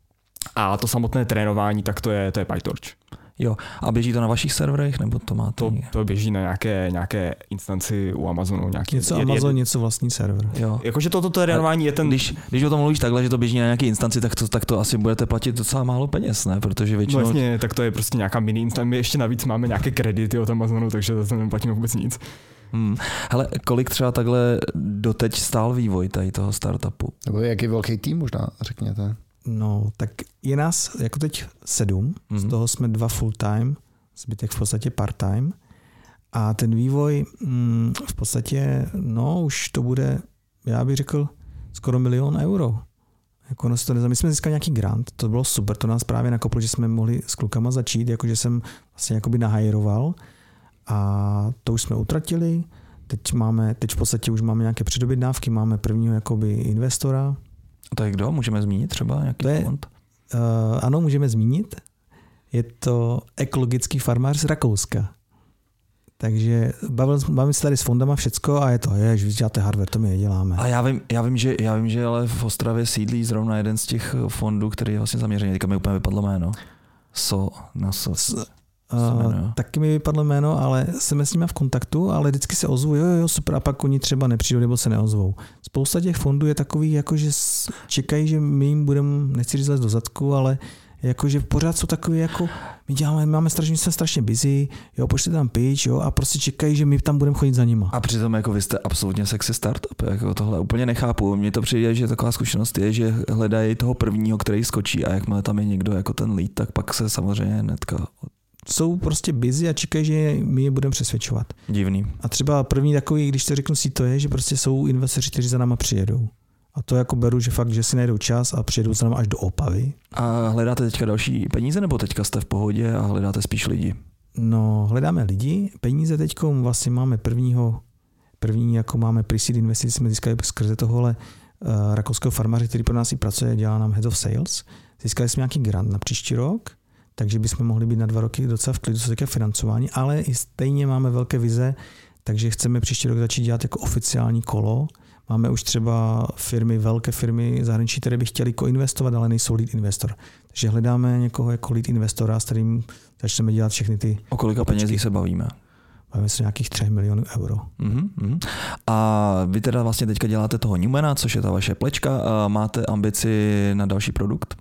A to samotné trénování, tak to je, to je PyTorch. Jo, a běží to na vašich serverech, nebo to máte? To, to běží na nějaké, nějaké instanci u Amazonu. Nějaký, něco je, Amazon, je, něco vlastní server. Jo. Jakože toto trénování je ten... Když, když o tom mluvíš takhle, že to běží na nějaké instanci, tak to, tak to asi budete platit docela málo peněz, ne? Protože většinou... No jasně, tak to je prostě nějaká mini instanci. My ještě navíc máme nějaké kredity od Amazonu, takže zase neplatíme vůbec nic. Hmm. Hele, kolik třeba takhle doteď stál vývoj tady toho startupu? Nebo jaký velký tým možná, řekněte. No, tak je nás jako teď sedm, mm-hmm. z toho jsme dva full time, zbytek v podstatě part time. A ten vývoj mm, v podstatě, no už to bude, já bych řekl, skoro milion euro. Jako ono se to nezá. My jsme získali nějaký grant, to bylo super, to nás právě nakoplo, že jsme mohli s klukama začít, jakože jsem vlastně jakoby nahajroval a to už jsme utratili. Teď máme, teď v podstatě už máme nějaké předobědnávky, máme prvního jakoby investora. A to je kdo? Můžeme zmínit třeba nějaký to je, fond? Uh, ano, můžeme zmínit. Je to ekologický farmář z Rakouska. Takže bavil, bavím se tady s fondama všecko a je to, je, že děláte hardware, to my neděláme. A já vím, já vím, že, já vím, že ale v Ostravě sídlí zrovna jeden z těch fondů, který je vlastně zaměřený, teďka mi úplně vypadlo jméno. So, na so. S, Uh, taky mi vypadlo jméno, ale jsme s nimi v kontaktu, ale vždycky se ozvou, jo, jo, super, a pak oni třeba nepřijdou nebo se neozvou. Spousta těch fondů je takový, jako že čekají, že my jim budeme, nechci říct do zadku, ale jakože pořád jsou takový, jako my děláme, my máme strašně, jsme strašně busy, jo, pošlete tam pitch, jo, a prostě čekají, že my tam budeme chodit za nima. A přitom jako vy jste absolutně sexy startup, jako tohle úplně nechápu. Mně to přijde, že taková zkušenost je, že hledají toho prvního, který skočí a jakmile tam je někdo jako ten lead, tak pak se samozřejmě hnedka jsou prostě busy a čekají, že my je budeme přesvědčovat. Divný. A třeba první takový, když to řeknu si, to je, že prostě jsou investoři, kteří za náma přijedou. A to jako beru, že fakt, že si najdou čas a přijedou za náma až do Opavy. A hledáte teďka další peníze, nebo teďka jste v pohodě a hledáte spíš lidi? No, hledáme lidi. Peníze teďka vlastně máme prvního, první jako máme pre-seed investici, jsme získali skrze tohohle uh, rakouského farmáře, který pro nás i pracuje, dělá nám head of sales. Získali jsme nějaký grant na příští rok, takže bychom mohli být na dva roky docela v klidu, co se týká financování, ale i stejně máme velké vize, takže chceme příští rok začít dělat jako oficiální kolo. Máme už třeba firmy, velké firmy zahraničí, které by chtěli koinvestovat, ale nejsou lead investor. Takže hledáme někoho jako lead investora, s kterým začneme dělat všechny ty... O kolika penězích se bavíme? Bavíme se nějakých tři milionů euro. Uh-huh. A vy teda vlastně teďka děláte toho Newmana, což je ta vaše plečka. A máte ambici na další produkt?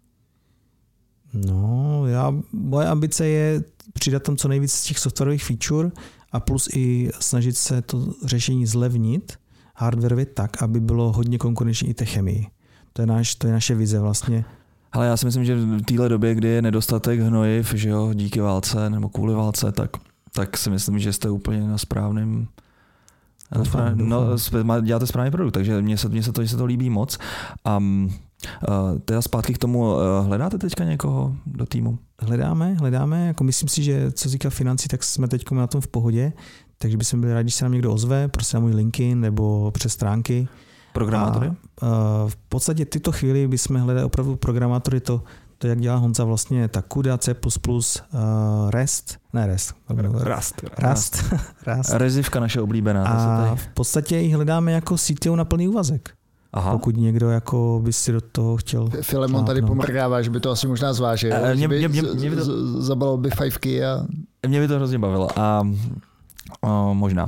No, já, moje ambice je přidat tam co nejvíc z těch softwarových feature a plus i snažit se to řešení zlevnit hardwarově tak, aby bylo hodně konkurenční i té chemii. To je, náš, to je naše vize vlastně. Ale já si myslím, že v téhle době, kdy je nedostatek hnojiv, že jo, díky válce nebo kvůli válce, tak, tak si myslím, že jste úplně na správném... Doufám, no, děláte správný produkt, takže mně se, mně se, to, mně se to líbí moc. Um, uh, teda zpátky k tomu, uh, hledáte teďka někoho do týmu? Hledáme, hledáme, jako myslím si, že co říká financí, tak jsme teď na tom v pohodě, takže bychom byli rádi, když se nám někdo ozve, prostě na můj LinkedIn nebo přes stránky. Programátory? A, uh, v podstatě tyto chvíli bychom hledali opravdu programátory, to, to jak dělá Honza vlastně, tak CUDA, C plus plus, uh, REST, ne REST, Rust. Rust. Rust. Rezivka naše oblíbená. A v podstatě ji hledáme jako C T O na plný úvazek. Aha. Pokud někdo jako by si do toho chtěl Filemon tady pomrkává, že by to asi možná zvážil. A mě, mě, mě, mě by to... Zabalil by fajfky a... Mě by to hrozně bavilo. A o, možná.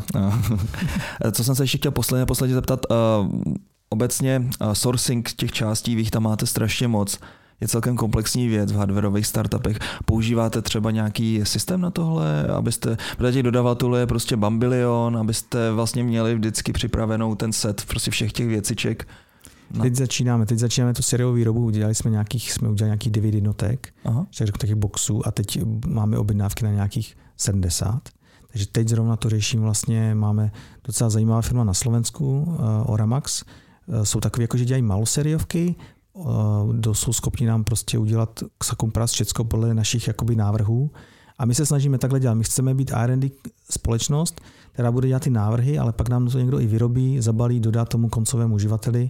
Co jsem se ještě chtěl posledně, posledně zeptat, uh, obecně uh, sourcing těch částí, vy jich tam máte strašně moc. Je celkem komplexní věc v hardwareových startupech. Používáte třeba nějaký systém na tohle, abyste, protože těch dodavatelů je prostě bambilion, abyste vlastně měli vždycky připravenou ten set prostě všech těch věciček. No. Teď začínáme, teď začínáme tu sériovou výrobu, udělali jsme nějakých, jsme udělali nějakých devět jednotek, těch boxů a teď máme objednávky na nějakých sedmdesát. Takže teď zrovna to řeším vlastně, máme docela zajímavá firma na Slovensku, uh, Oramax, uh, jsou takový, jako že dělají malosériovky, kdo jsou schopni nám prostě udělat kompras všecko podle našich jakoby návrhů. A my se snažíme takhle dělat. My chceme být R and D společnost, která bude dělat ty návrhy, ale pak nám to někdo i vyrobí, zabalí, dodá tomu koncovému uživateli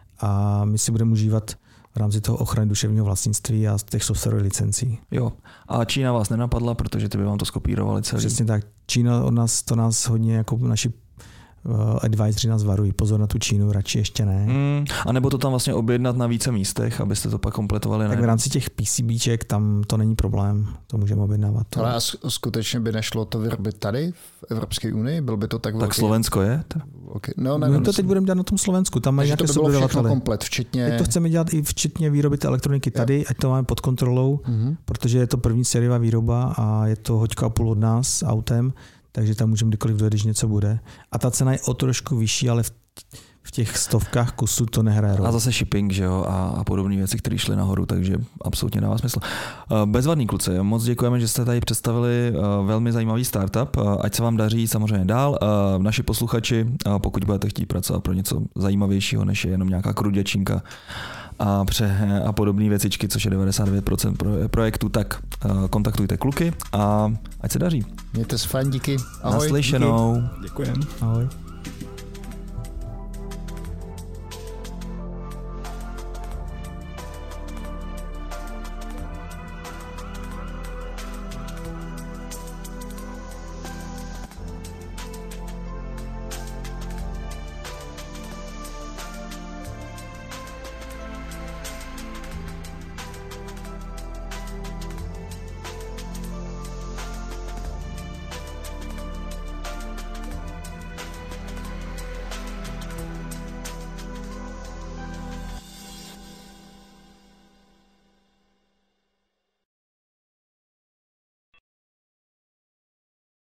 a my si budeme užívat v rámci toho ochrany duševního vlastnictví a těch softwarových licencí. Jo. A Čína vás nenapadla, protože ty by vám to skopírovali celý? Přesně tak. Čína od nás, to nás hodně jako naši advisory nás varují, pozor na tu Čínu, radši ještě ne. Hmm, a nebo to tam vlastně objednat na více místech, abyste to pak kompletovali. Tak v rámci těch PCBček tam to není problém, to můžeme objednávat. Ale a skutečně by nešlo to vyrobit tady v Evropské unii? Byl by to tak velký? Tak Slovensko je? Okay. No, ne, no to teď budeme dělat na tom Slovensku, tam mají nějaké subdodavatele. komplet, včetně... Teď to chceme dělat i včetně výroby té elektroniky tady, jo. Ať to máme pod kontrolou, mm-hmm. protože je to první sériová výroba a je to hoďka a půl od nás autem, takže tam můžeme kdykoliv dojet, když něco bude. A ta cena je o trošku vyšší, ale v, v těch stovkách kusů to nehraje roli. A zase shipping, že jo, a, a podobné věci, které šly nahoru, takže absolutně dává smysl. Bezvadný kluci, moc děkujeme, že jste tady představili velmi zajímavý startup. Ať se vám daří samozřejmě dál. Naši posluchači, pokud budete chtít pracovat pro něco zajímavějšího, než je jenom nějaká kruděčinka a, pře, a podobné věcičky, což je devadesát devět procent projektu, tak uh, kontaktujte kluky a ať se daří. Mějte se fajn, díky. Ahoj. Naslyšenou. Děkujem. Ahoj.